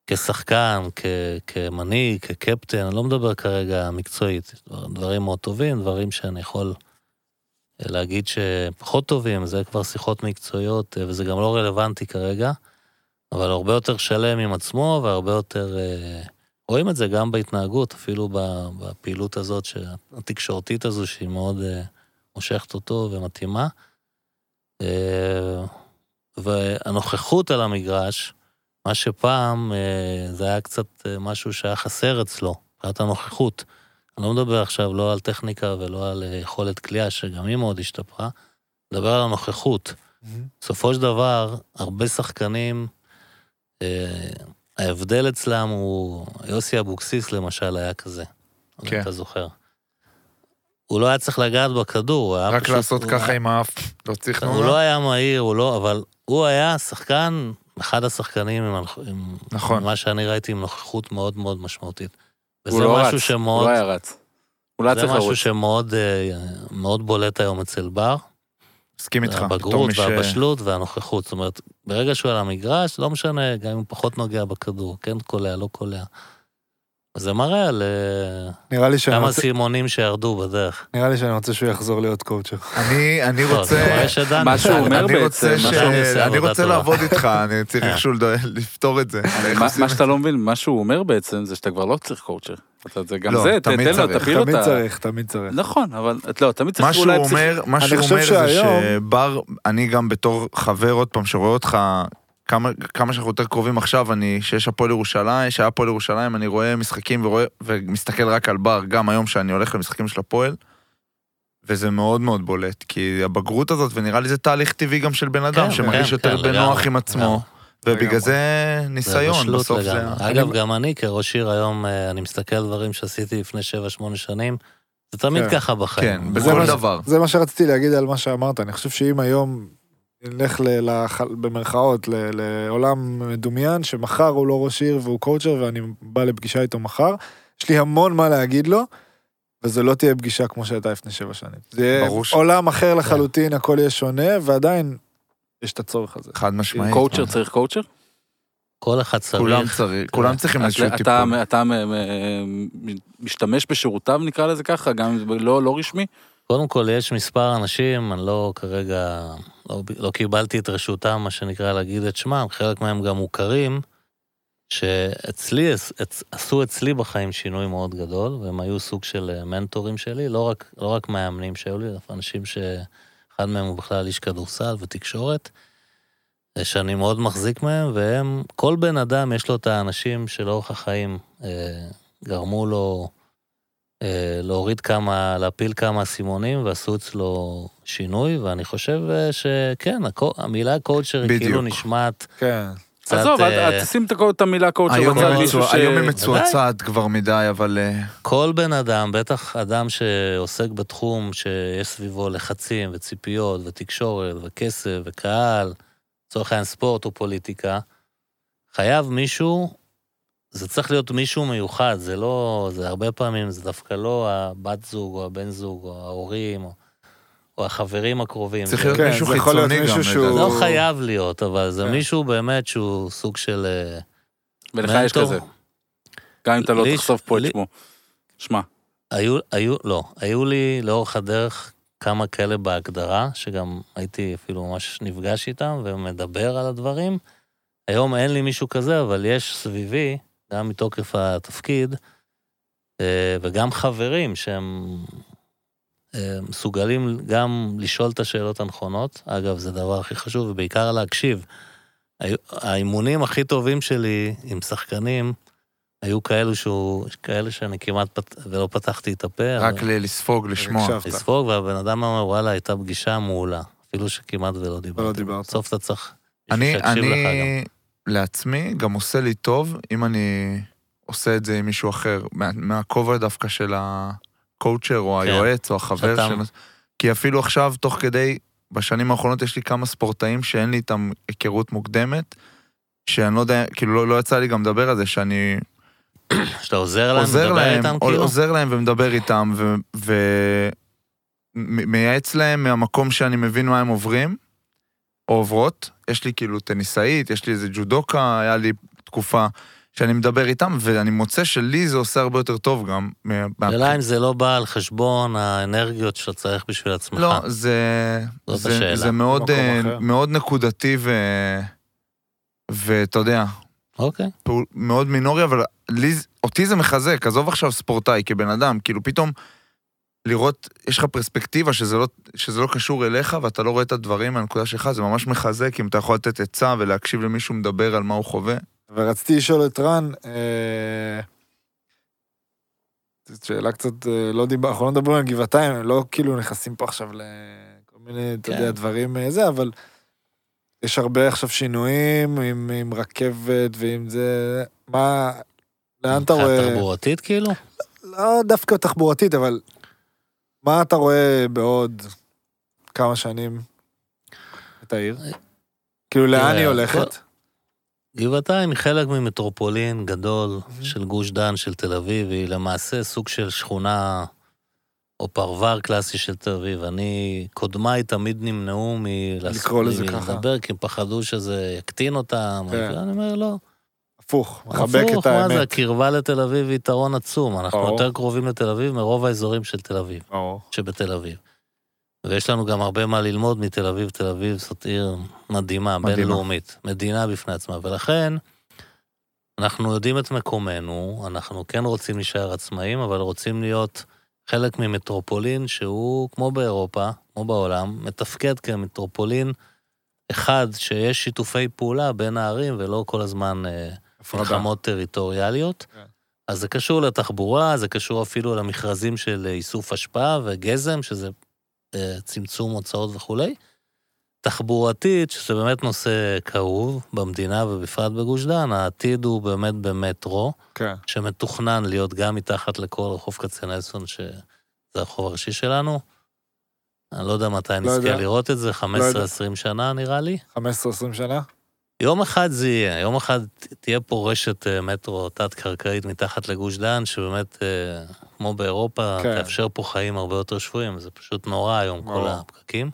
C: כשחקן, כמנהיג, כקפטן, אני לא מדבר כרגע מקצועית, דברים מאוד טובים, דברים שאני יכול להגיד שפחות טובים, זה כבר שיחות מקצועיות, וזה גם לא רלוונטי כרגע, אבל הרבה יותר שלם עם עצמו, והרבה יותר, רואים את זה גם בהתנהגות, אפילו בפעילות הזאת, התקשורתית הזו, שהיא מאוד מושכת אותו ומתאימה, והנוכחות על המגרש, מה שפעם זה היה קצת משהו שהיה חסר אצלו, מבחינת הנוכחות. אני לא מדבר עכשיו לא על טכניקה ולא על יכולת קליעה, שגם היא מאוד השתפרה, מדבר על הנוכחות. בסופו של דבר, הרבה שחקנים, ההבדל אצלם הוא, יוסי אבוקסיס למשל היה כזה,
A: כן.
C: אתה זוכר. הוא לא היה צריך לגעת בכדור, הוא היה
A: רק
C: פשוט,
A: לעשות ככה עם האף, לא צריך נורא.
C: הוא לא היה מהיר, אבל הוא היה שחקן, אחד השחקנים עם
A: נכון.
C: מה שאני ראיתי עם נוכחות מאוד מאוד משמעותית.
D: הוא לא רץ, הוא לא היה רץ.
C: זה משהו שמאוד מאוד בולט היום אצל בר.
A: מסכים איתך.
C: הבגרות והבשלות והנוכחות. זאת אומרת, ברגע שהוא על המגרש, לא משנה, גם אם הוא פחות נוגע בכדור, כן קולע, לא קולע. אז זה מראה על כמה סימונים שירדו בדרך.
B: נראה לי שאני רוצה שהוא יחזור להיות קואוצ'ר.
A: אני רוצה...
D: מה שהוא אומר בעצם...
A: אני רוצה לעבוד איתך, אני צריך איכשהו לפתור את זה.
D: מה שאתה לא מבין, מה שהוא אומר בעצם, זה שאתה כבר לא צריך קואוצ'ר. גם זה, תן לו, תפיל אותה.
B: תמיד צריך.
D: נכון, אבל לא, תמיד צריך
A: מה שהוא אומר זה שבר, אני גם בתור חבר עוד פעם שרואה אותך, כמה שאנחנו יותר קרובים עכשיו, שיש הפועל ירושלים, שהיה הפועל ירושלים, אני רואה משחקים ומסתכל רק על בר, גם היום שאני הולך למשחקים של הפועל, וזה מאוד מאוד בולט, כי הבגרות הזאת, ונראה לי זה תהליך טבעי גם של בן אדם, שמרגיש יותר בנוח עם עצמו, ובגלל זה ניסיון, בסוף זה...
C: אגב, גם אני כראש עיר היום, אני מסתכל על דברים שעשיתי לפני 7-8 שנים, זה תמיד ככה בחיים.
A: כן, בכל דבר.
B: זה מה שרציתי להגיד על מה שאמרת, אני חושב שאם היום נלך במרכאות לעולם מדומיין, שמחר הוא לא ראש עיר והוא קואוצ'ר, ואני בא לפגישה איתו מחר, יש לי המון מה להגיד לו, וזה לא תהיה פגישה כמו שהייתה לפני 7 שנים. זה יהיה עולם אחר לחלוטין, הכל יהיה שונה, ועדיין יש את הצורך הזה.
A: חד משמעית.
D: קואוצ'ר צריך קואוצ'ר?
C: כל אחד צריך.
A: כולם צריכים איזשהו טיפול.
D: אתה משתמש בשירותיו, נקרא לזה ככה, גם לא רשמי?
C: קודם כל, יש מספר אנשים, אני לא כרגע, לא קיבלתי את רשותם, מה שנקרא להגיד את שמם, חלק מהם גם מוכרים, שאצלי, עשו אצלי בחיים שינוי מאוד גדול, והם היו סוג של מנטורים שלי, לא רק מאמנים שהיו לי, אנשים שאחד מהם הוא בכלל איש כדורסל ותקשורת, שאני מאוד מחזיק מהם, והם, כל בן אדם יש לו את האנשים שלאורך החיים גרמו לו להפיל כמה סימונים, ועשו אצלו שינוי, ואני חושב שכן, המילה קואוצ'ר היא כאילו נשמעת...
D: כן. עזוב, תשים את המילה קואוצ'ר.
A: היום היא מצועצעת כבר מדי, אבל...
C: כל בן אדם, בטח אדם שעוסק בתחום, שיש סביבו לחצים וציפיות ותקשורת וכסף וקהל, צורך העניין ספורט או פוליטיקה, חייב מישהו, זה צריך להיות מישהו מיוחד, זה לא, זה הרבה פעמים, זה דווקא לא הבת זוג או הבן זוג או ההורים או החברים הקרובים.
A: צריך להיות מישהו חיצוני גם.
C: זה לא חייב להיות, אבל זה מישהו באמת שהוא סוג של
D: ולך יש כזה. גם אם אתה לא תחשוף פה את שמו. שמה.
C: היו לי לאורך הדרך כמה כאלה בהגדרה, שגם הייתי אפילו ממש נפגש איתם ומדבר על הדברים. היום אין לי מישהו כזה, אבל יש סביבי, גם מתוקף התפקיד, וגם חברים שהם מסוגלים גם לשאול את השאלות הנכונות. אגב, זה דבר הכי חשוב, ובעיקר להקשיב. האימונים הכי טובים שלי עם שחקנים, היו כאלה שאני כמעט ולא פתחתי את הפה.
A: רק לספוג, לשמוע.
C: לספוג, והבן אדם אמר, וואלה, הייתה פגישה מעולה. אפילו שכמעט ולא דיברת. בסוף אתה צריך שתקשיב לך גם.
A: לעצמי גם עושה לי טוב, אם אני עושה את זה עם מישהו אחר, מהכובע דווקא של הקואוצ'ר או היועץ או החבר שלנו, כי אפילו עכשיו, תוך כדי, בשנים האחרונות יש לי כמה ספורטאים שאין לי איתם היכרות מוקדמת, שאני לא יודע, כאילו לא יצא לי גם לדבר על זה, שאני...
C: שאתה עוזר להם ומדבר איתם כאילו?
A: עוזר להם ומדבר איתם, ומייעץ להם מהמקום שאני מבין מה הם עוברים, או עוברות, יש לי כאילו טניסאית, יש לי איזה ג'ודוקה, היה לי תקופה שאני מדבר איתם, ואני מוצא שלי זה עושה הרבה יותר טוב גם.
C: שאלה אם זה לא בא על חשבון האנרגיות שאתה צריך בשביל עצמך.
A: לא, זה מאוד נקודתי ואתה יודע,
C: אוקיי.
A: מאוד מינורי, אבל אותי זה מחזק, עזוב עכשיו ספורטאי כבן אדם, כאילו פתאום לראות, יש לך פרספקטיבה שזה לא קשור אליך, ואתה לא רואה את הדברים מהנקודה שלך, זה ממש מחזק אם אתה יכול לתת עצה ולהקשיב למישהו מדבר על מה הוא חווה.
B: ורציתי לשאול את רן, שאלה קצת, אנחנו לא מדברים על גבעתיים, לא כאילו נכנסים פה עכשיו לכל מיני, אתה יודע, דברים זה, אבל יש הרבה עכשיו שינויים עם רכבת ועם זה, לאן אתה רואה?
C: תחבורתית כאילו?
B: לא דווקא תחבורתית, אבל מה אתה רואה בעוד כמה שנים את העיר? כאילו לאן היא הולכת?
C: גבעתיים היא חלק ממטרופולין גדול של גוש דן של תל אביב, היא למעשה סוג של שכונה או פרבר קלאסי של תל אביב. קודמיי תמיד נמנעו
B: לקרוא לזה ככה.
C: לדבר, כי הם פחדו שזה יקטין אותם. אני אומר לא.
B: הפוך, מחבק את האמת.
C: מה זה, הקרבה לתל אביב היא יתרון עצום. אנחנו יותר קרובים לתל אביב מרוב האזורים של תל אביב, שבתל אביב. ויש לנו גם הרבה מה ללמוד מתל אביב. תל אביב זאת עיר מדהימה, בינלאומית, מדינה בפני עצמה. ולכן, אנחנו יודעים את מקומנו, אנחנו כן רוצים להישאר עצמאים, אבל רוצים להיות חלק ממטרופולין שהוא, כמו באירופה, כמו בעולם, מתפקד כמטרופולין אחד, שיש שיתופי פעולה בין הערים, ולא כל הזמן מלחמות טריטוריאליות. אז זה קשור לתחבורה, זה קשור אפילו למכרזים של איסוף השפעה וגזם, שזה צמצום הוצאות וכולי. תחבורתית, שזה באמת נושא כאוב במדינה ובפרט בגוש דן, העתיד הוא באמת במטרו, שמתוכנן להיות גם מתחת לכל רחוב כצנלסון, שזה הרחוב הראשי שלנו. אני לא יודע מתי נזכה לראות את זה, 15-20 שנה נראה לי.
B: 15-20 שנה?
C: יום אחד זה יהיה, יום אחד תהיה פה רשת מטרו תת-קרקעית מתחת לגוש דן, שבאמת, כמו באירופה, תאפשר פה חיים הרבה יותר שפויים, זה פשוט נורא היום כל הפקקים.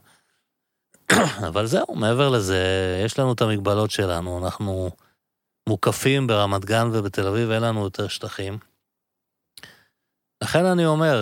C: אבל זהו, מעבר לזה, יש לנו את המגבלות שלנו, אנחנו מוקפים ברמת גן ובתל אביב, אין לנו יותר שטחים. לכן אני אומר,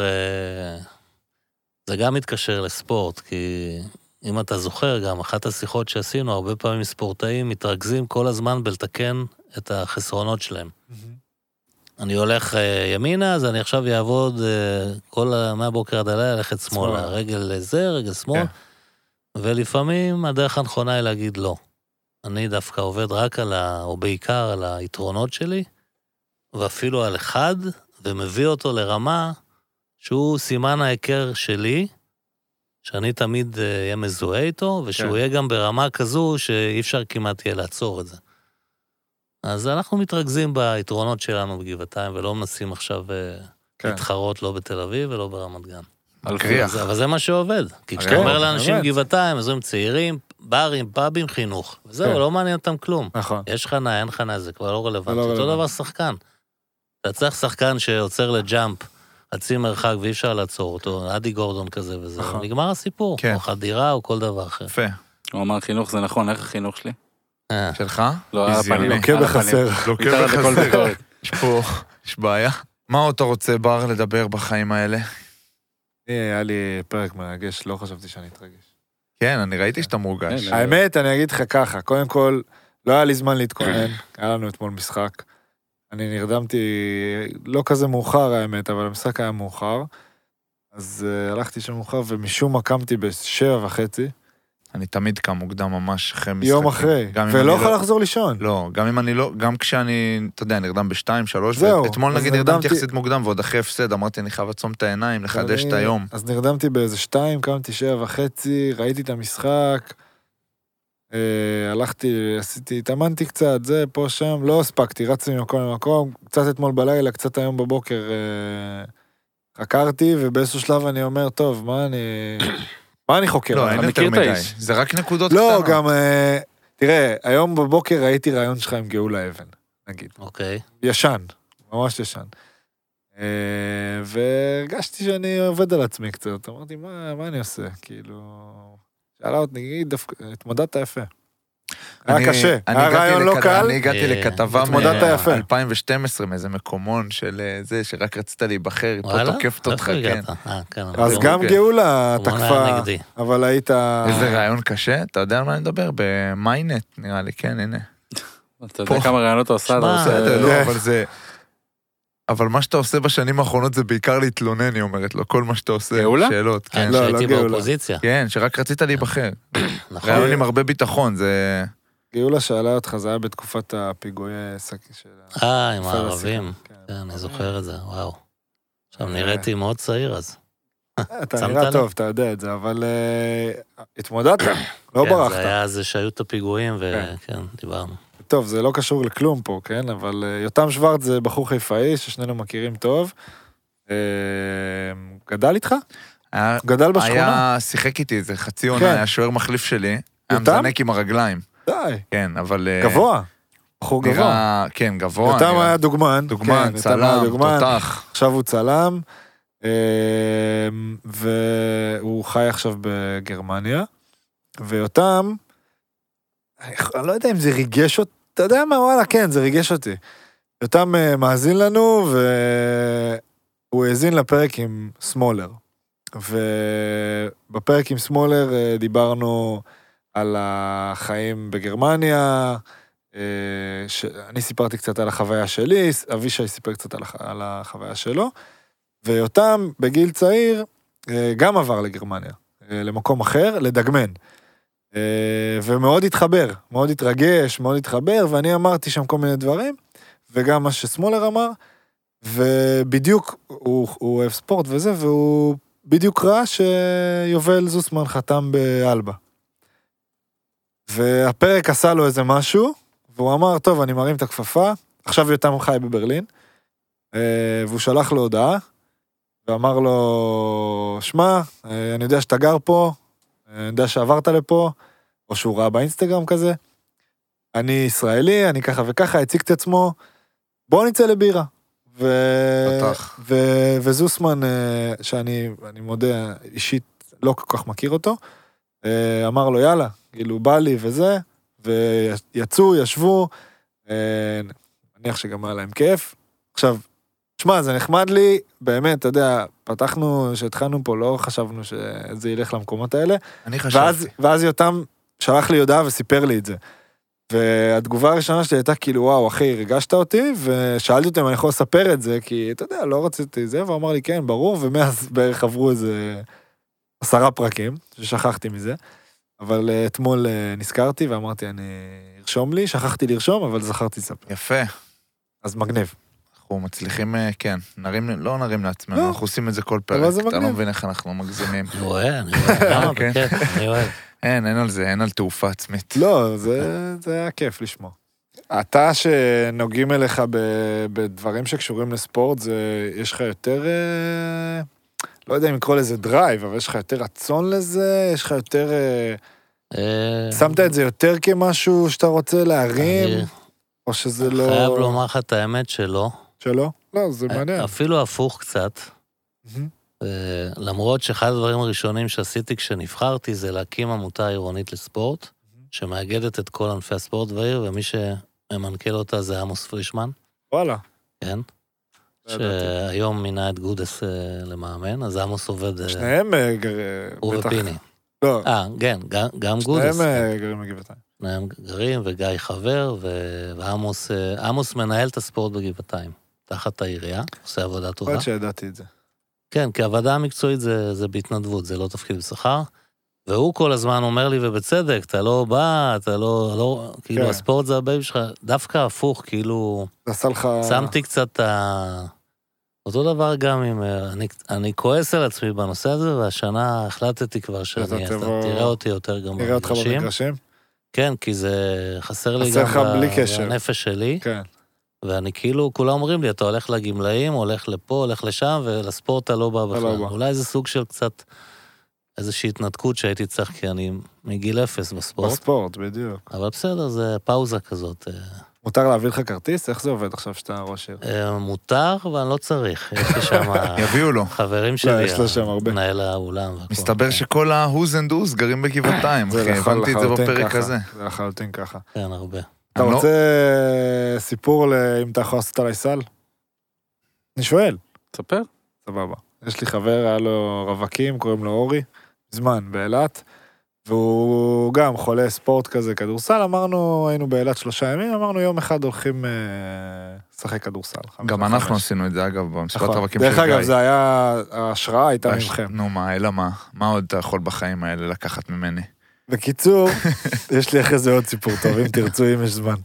C: זה גם מתקשר לספורט, כי אם אתה זוכר, גם אחת השיחות שעשינו, הרבה פעמים ספורטאים מתרכזים כל הזמן בלתקן את החסרונות שלהם. אני הולך ימינה, אז אני עכשיו יעבוד מהבוקר עד הלילה, ללכת שמאלה, רגל לזה, רגל שמאל, ולפעמים הדרך הנכונה היא להגיד לא. אני דווקא עובד רק או בעיקר על היתרונות שלי, ואפילו על אחד, ומביא אותו לרמה שהוא סימן ההיכר שלי, שאני תמיד אהיה מזוהה איתו, ושהוא יהיה גם ברמה כזו שאי אפשר כמעט יהיה לעצור את זה. אז אנחנו מתרכזים ביתרונות שלנו בגבעתיים, ולא מנסים עכשיו להתחרות לא בתל אביב ולא ברמת גן. אבל זה מה שעובד. כי כשאתה אומר לאנשים גבעתיים, אז הם צעירים, ברים, פאבים, חינוך. וזהו, לא מעניין אותם כלום. יש חנה, אין חנה, זה כבר לא רלוונטי. אותו דבר שחקן. אתה צריך שחקן שעוצר לג'אמפ, חצי מרחק ואי אפשר לעצור אותו, אדי גורדון כזה וזה. נגמר הסיפור, או חדירה או כל דבר אחר.
A: יפה.
D: הוא אמר חינוך זה נכון, איך החינוך שלי?
A: שלך?
D: לא, על הפנים.
B: לוקה בחסר.
A: לוקה בחסר. יש בעיה. מה עוד אתה רוצה בר לדבר בחיים האלה?
B: היה לי פרק מרגש, לא חשבתי שאני אתרגש.
A: כן, אני ראיתי שאתה מורגש.
B: האמת, אני אגיד לך ככה, קודם כל, לא היה לי זמן להתכונן, היה לנו אתמול משחק. אני נרדמתי, לא כזה מאוחר האמת, אבל המשחק היה מאוחר. אז הלכתי שם מאוחר, ומשום מה קמתי ב7:30.
A: אני תמיד קם מוקדם ממש אחרי משחקים.
B: יום אחרי, ולא יכול לחזור לישון.
A: לא, גם אם אני לא, גם כשאני, אתה יודע, נרדם ב2, 3, ואתמול נגיד נרדמתי יחסית מוקדם, ועוד אחרי הפסד, אמרתי, אני חייב לעצום את העיניים, לחדש את היום.
B: אז נרדמתי באיזה 2, קמתי 7:30, ראיתי את המשחק, הלכתי, התאמנתי קצת, זה, פה, שם, לא הספקתי, רצתי ממקום למקום, קצת אתמול בלילה, קצת היום בבוקר, חקרתי, ובאיזשהו שלב אני אומר, טוב, מה אני חוקר?
A: לא, אין יותר מדי, זה רק נקודות קטנות.
B: לא, גם, תראה, היום בבוקר ראיתי רעיון שלך עם גאולה אבן, נגיד.
C: אוקיי.
B: ישן, ממש ישן. והרגשתי שאני עובד על עצמי קצת, אמרתי, מה אני עושה? כאילו, שאלה אותי, נגיד, התמודדת יפה. היה קשה, היה רעיון לא קל.
A: אני הגעתי לכתבה
B: התמודדת יפה.
A: מ-2012, מאיזה מקומון של זה, שרק רצית להיבחר, פה תוקפת אותך, כן.
B: אז גם גאולה תקפה, אבל היית...
A: איזה רעיון קשה, אתה יודע על מה אני מדבר? במיינט, נראה לי, כן, הנה.
D: אתה יודע כמה רעיונות אתה עושה?
A: לא, אבל זה... אבל מה שאתה עושה בשנים האחרונות זה בעיקר להתלונן, היא אומרת לו, כל מה שאתה עושה, שאלות.
C: כן, שהייתי באופוזיציה.
A: כן, שרק רצית להיבחר. רעיון עם הרבה ביטחון, זה...
B: גאולה שאלה אותך, זה היה בתקופת הפיגועי סקי של...
C: עם הערבים. כן, אני זוכר את זה, וואו. עכשיו נראיתי מאוד צעיר אז.
B: אתה נראה טוב, אתה יודע את זה, אבל התמודדת, לא ברחת.
C: זה היה זה שהיו את הפיגועים, וכן, דיברנו.
B: טוב, זה לא קשור לכלום פה, כן? אבל יותם שוורט זה בחור חיפאי, ששנינו מכירים טוב. גדל איתך? גדל בשכונה?
A: היה, שיחק איתי, זה חצי עונה, היה שוער מחליף שלי. היה מזנק עם הרגליים.
B: די.
A: כן, אבל...
B: גבוה. בחור גבוה.
A: כן, גבוה.
B: יותם היה דוגמן.
A: דוגמן, צלם, תותח.
B: עכשיו הוא צלם, והוא חי עכשיו בגרמניה. ויותם... אני לא יודע אם זה ריגש אותי, אתה יודע מה, וואלה, כן, זה ריגש אותי. יותם מאזין לנו, והוא האזין לפרק עם סמולר. ובפרק עם סמולר דיברנו על החיים בגרמניה, אני סיפרתי קצת על החוויה שלי, אבישי סיפר קצת על החוויה שלו, ויותם בגיל צעיר גם עבר לגרמניה, למקום אחר, לדגמן. ומאוד התחבר, מאוד התרגש, מאוד התחבר, ואני אמרתי שם כל מיני דברים, וגם מה שסמולר אמר, ובדיוק הוא אוהב ספורט וזה, והוא בדיוק ראה שיובל זוסמן חתם באלבה. והפרק עשה לו איזה משהו, והוא אמר, טוב, אני מרים את הכפפה, עכשיו יותם חי בברלין, והוא שלח לו הודעה, ואמר לו, שמע, אני יודע שאתה גר פה, אני יודע שעברת לפה, או שהוא ראה באינסטגרם כזה, אני ישראלי, אני ככה וככה, הציג את עצמו, בואו נצא לבירה. וזוסמן, שאני מודה, אישית לא כל כך מכיר אותו, אמר לו, יאללה, כאילו בא לי וזה, ויצאו, ישבו, נניח שגם היה להם כיף. עכשיו, תשמע, זה נחמד לי, באמת, אתה יודע, פתחנו, שהתחלנו פה, לא חשבנו שזה ילך למקומות האלה.
A: אני חשבתי.
B: ואז יותם שלח לי הודעה וסיפר לי את זה. והתגובה הראשונה שלי הייתה כאילו, וואו, אחי, ריגשת אותי, ושאלתי אותי אם אני יכול לספר את זה, כי אתה יודע, לא רציתי זה, והוא אמר לי, כן, ברור, ומאז בערך עברו איזה 10 פרקים, ששכחתי מזה. אבל אתמול נזכרתי ואמרתי, אני ארשום לי, שכחתי לרשום, אבל זכרתי לספר.
A: יפה.
B: אז מגניב.
A: אנחנו מצליחים, כן, לא נרים לעצמנו, אנחנו עושים את זה כל פרק, אתה לא מבין איך אנחנו מגזימים.
C: אני רואה, אני אוהב.
A: אין על זה, אין על תעופה עצמית.
B: לא, זה היה כיף לשמוע. אתה שנוגעים אליך בדברים שקשורים לספורט, יש לך יותר, לא יודע אם לקרוא לזה דרייב, אבל יש לך יותר רצון לזה, יש לך יותר, שמת את זה יותר כמשהו שאתה רוצה להרים, או שזה לא...
C: חייב לומר לך את האמת שלא.
B: שלא? לא, זה מעניין.
C: אפילו הפוך קצת. למרות שאחד הדברים הראשונים שעשיתי כשנבחרתי זה להקים עמותה עירונית לספורט, שמאגדת את כל ענפי הספורט בעיר, ומי שמנכ"ל אותה זה עמוס פרישמן.
B: וואלה.
C: כן. שהיום מינה את גודס למאמן, אז עמוס עובד...
B: שניהם
C: הוא ופיני.
B: לא.
C: כן, גם גודס.
B: שניהם גרים בגבעתיים.
C: שניהם גרים, וגיא חבר, ועמוס מנהל את הספורט בגבעתיים, תחת העירייה, עושה עבודה טובה.
B: עוד שידעתי את זה.
C: כן, כי הוועדה המקצועית זה בהתנדבות, זה לא תפקיד בשכר, והוא כל הזמן אומר לי, ובצדק, אתה לא בא, אתה לא, כאילו הספורט זה הבייב שלך, דווקא הפוך, כאילו, שמתי קצת, אותו דבר גם אני כועס על עצמי בנושא הזה, והשנה החלטתי כבר שאני, תראה אותי יותר גם
B: במגרשים.
C: כן, כי זה חסר לי גם בנפש שלי.
B: כן.
C: ואני כאילו, כולם אומרים לי, אתה הולך לגמלאים, הולך לפה, הולך לשם, ולספורט אתה לא בא בכלל. אולי זה סוג של קצת איזושהי התנתקות שהייתי צריך, כי אני מגיל 0 בספורט.
B: בספורט, בדיוק.
C: אבל בסדר, זה פאוזה כזאת.
B: מותר להביא לך כרטיס? איך זה עובד עכשיו שאתה ראש עיר?
C: מותר, אבל אני לא צריך. יש לי שם
A: יביאו לו.
C: חברים שלי,
B: יש לו שם הרבה.
C: מנהל האולם.
A: מסתבר שכל ההוז אנד הוז גרים בגבעתיים, הבנתי את זה בפרק הזה.
B: זה לחלוטין ככה.
C: כן, הרבה.
B: אתה רוצה סיפור אם אתה יכול לעשות עליי סל? אני שואל.
D: תספר.
B: סבבה. יש לי חבר, היה לו רווקים, קוראים לו אורי, זמן, באילת, והוא גם חולה ספורט כזה, כדורסל, אמרנו, היינו באילת 3 ימים, אמרנו יום אחד הולכים לשחק כדורסל.
A: גם אנחנו עשינו את זה, אגב, במסיבת רווקים של גיא.
B: דרך אגב, זה היה, ההשראה הייתה ממכם.
A: נו מה, אלא מה? מה עוד אתה יכול בחיים האלה לקחת ממני?
B: בקיצור, יש לי אחרי זה עוד סיפור טוב, אם תרצו, אם יש זמן.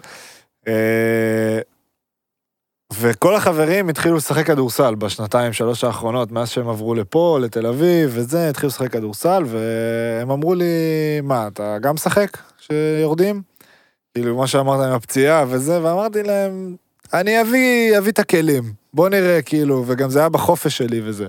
B: וכל החברים התחילו לשחק כדורסל בשנתיים, 3 האחרונות, מאז שהם עברו לפה, לתל אביב, וזה, התחילו לשחק כדורסל, והם אמרו לי, מה, אתה גם משחק שיורדים? כאילו, מה שאמרת עם הפציעה וזה, ואמרתי להם, אני אביא את הכלים, בוא נראה, כאילו, וגם זה היה בחופש שלי וזה.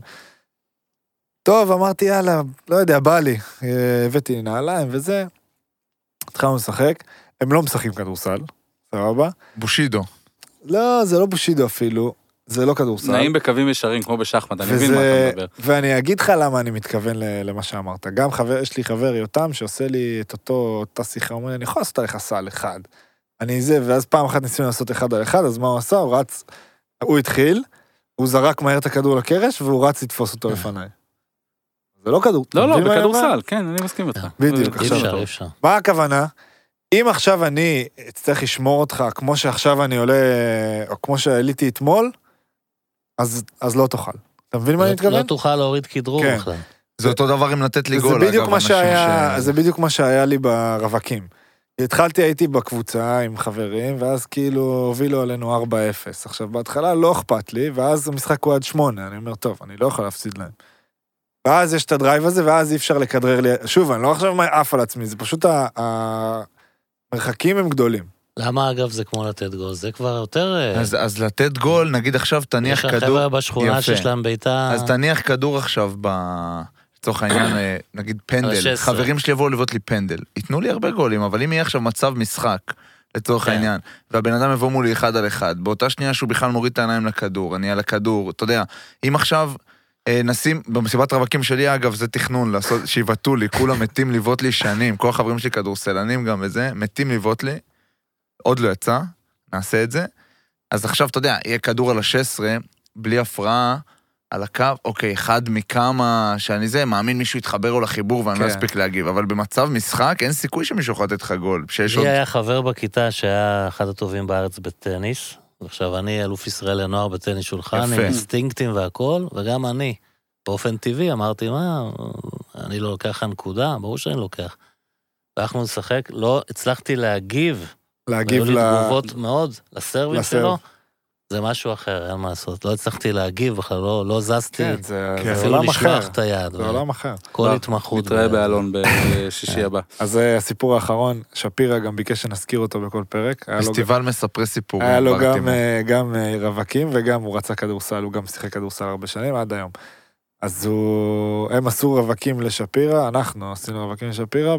B: טוב, אמרתי, יאללה, לא יודע, בא לי, הבאתי נעליים וזה, התחלנו לשחק, הם לא משחקים כדורסל, סבבה?
A: בושידו.
B: לא, זה לא בושידו אפילו, זה לא כדורסל.
D: נעים בקווים ישרים, כמו בשחמט, אני מבין מה אתה מדבר.
B: ואני אגיד לך למה אני מתכוון למה שאמרת. גם יש לי חבר יותם שעושה לי את אותה שיחה, הוא אומר לי, אני יכול לעשות עליך סל אחד. אני זה, ואז פעם אחת ניסינו לעשות 1 על 1, אז מה הוא עשה? הוא רץ, הוא התחיל, הוא זרק מהר את הכדור לקרש, והוא רץ לתפוס אותו לפניי. זה לא כדור.
D: לא, בכדורסל, כן, אני מסכים איתך.
B: בדיוק,
C: אי אפשר.
B: מה הכוונה? אם עכשיו אני אצטרך לשמור אותך, כמו שעכשיו אני עולה, או כמו שעליתי אתמול, אז לא תוכל. אתה מבין מה אני מתכוון?
C: לא תוכל להוריד כדרור בכלל.
A: זה אותו דבר אם לתת לי גול.
B: זה בדיוק מה שהיה לי ברווקים. התחלתי, הייתי בקבוצה עם חברים, ואז כאילו הובילו עלינו 4-0. עכשיו, בהתחלה לא אכפת לי, ואז המשחק הוא עד 8. אני אומר, טוב, אני לא יכול להפסיד להם. ואז יש את הדרייב הזה, ואז אי אפשר לכדרר לי. שוב, אני לא חושב מה אף על עצמי, זה פשוט המרחקים הם גדולים.
C: למה אגב זה כמו לתת גול? זה כבר יותר...
A: אז לתת גול, נגיד עכשיו תניח כדור...
C: יש החבר'ה בשכונה שיש להם ביתה...
A: אז תניח כדור עכשיו לצורך העניין, נגיד פנדל, חברים שלי יבואו לבנות לי פנדל, ייתנו לי הרבה גולים, אבל אם יהיה עכשיו מצב משחק, לצורך העניין, והבן אדם יבוא מולי 1 על 1, באותה שנייה שהוא בכלל מוריד את העיניים לכדור, אני על הכדור, אתה יודע, אם עכשיו נשים, במסיבת רווקים שלי אגב, זה תכנון, שיבטו לי, כולם מתים לבנות לי שנים, כל החברים שלי כדורסלנים גם וזה, מתים לבנות לי, עוד לא יצא, נעשה את זה, אז עכשיו אתה יודע, יהיה כדור על 16, בלי הפרעה, על הקו, אוקיי, אחד מכמה שאני זה, מאמין מישהו יתחבר לו לחיבור ואני לא אספיק להגיב, אבל במצב משחק אין סיכוי שמישהו יכול לתת לך גול.
C: לי היה חבר בכיתה שהיה אחד הטובים בארץ בטניס, ועכשיו אני אלוף ישראל לנוער בטניס שולחן, עם אינסטינקטים והכל, וגם אני, באופן טבעי, אמרתי, מה, אני לא לוקח הנקודה, ברור שאני לוקח. ואנחנו נשחק, לא הצלחתי להגיב היו לי תגובות מאוד לסרבים שלו, זה משהו אחר, אין מה לעשות. לא הצלחתי להגיב בכלל, לא זזתי, אפילו לשלוח את היד.
B: זה עולם אחר.
C: כל התמחות.
D: נתראה באלון בשישי הבא.
B: אז הסיפור האחרון, שפירה גם ביקש שנזכיר אותו בכל פרק.
A: פסטיבל מספרי סיפור.
B: היה לו גם רווקים, וגם הוא רצה כדורסל, הוא גם שיחק כדורסל הרבה שנים, עד היום. אז הם עשו רווקים לשפירה, אנחנו עשינו רווקים לשפירה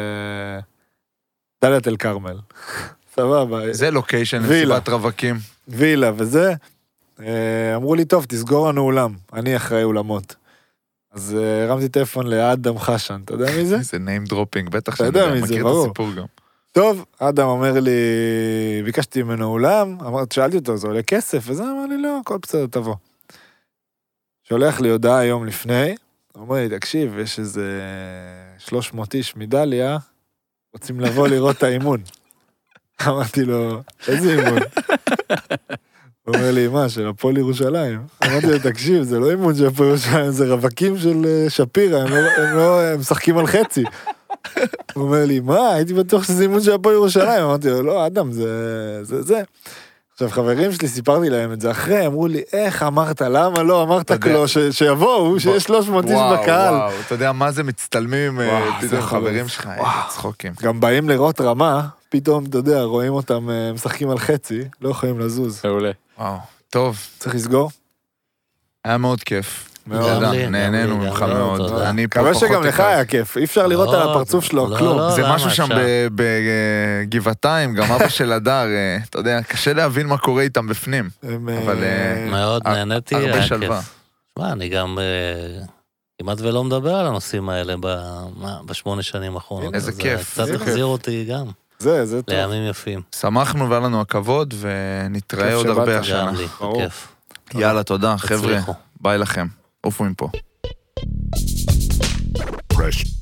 B: בדלית אל כרמל. סבבה.
A: זה לוקיישן, מסיבת רווקים.
B: וילה וזה. אמרו לי, טוב, תסגור לנו אולם. אני אחראי אולמות. אז הרמתי טלפון לאדם חשן, אתה יודע מי זה?
A: זה name dropping, בטח
B: שאני מכיר את הסיפור
A: גם.
B: טוב, אדם אומר לי, ביקשתי ממנו אולם, שאלתי אותו, זה עולה כסף, וזה אמר לי, לא, הכל בסדר, תבוא. שולח לי הודעה יום לפני, הוא אומר לי, תקשיב, יש איזה 300 איש מדליה, רוצים לבוא לראות את האימון. אמרתי לו, איזה אימון? הוא אומר לי, מה, של הפועל ירושלים? אמרתי לו, תקשיב, זה לא אימון של הפועל ירושלים, זה רווקים של שפירה, הם משחקים על חצי. הוא אומר לי, מה, הייתי בטוח שזה אימון של הפועל ירושלים. אמרתי לו, לא, אדם, זה. עכשיו, חברים שלי, סיפרתי להם את זה אחרי, אמרו לי, איך אמרת, למה לא אמרת לו שיבואו, שיש 300 איש בקהל.
A: וואו, אתה יודע מה זה מצטלמים, פתאום חברים שלך, איזה צחוקים.
B: גם באים לראות רמה, פתאום, אתה יודע, רואים אותם משחקים על חצי, לא יכולים לזוז.
D: מעולה.
A: וואו, טוב.
B: צריך לסגור?
A: היה מאוד כיף. נהנינו ממך מאוד.
B: מקווה שגם לך היה כיף, אי אפשר לראות על הפרצוף שלו כלום.
A: זה משהו שם בגבעתיים, גם אבא של הדר, אתה יודע, קשה להבין מה קורה איתם בפנים. אבל
C: מאוד נהניתי,
A: הרבה שלווה.
C: שמע, אני גם כמעט ולא מדבר על הנושאים האלה ב8 שנים האחרונות.
A: איזה כיף.
C: קצת החזיר אותי גם.
B: זה טוב.
C: לימים יפים.
A: שמחנו והיה לנו הכבוד, ונתראה עוד הרבה השנה.
C: גם לי, כיף.
A: יאללה, תודה, חבר'ה. ביי לכם. עופו מפה.
E: Fresh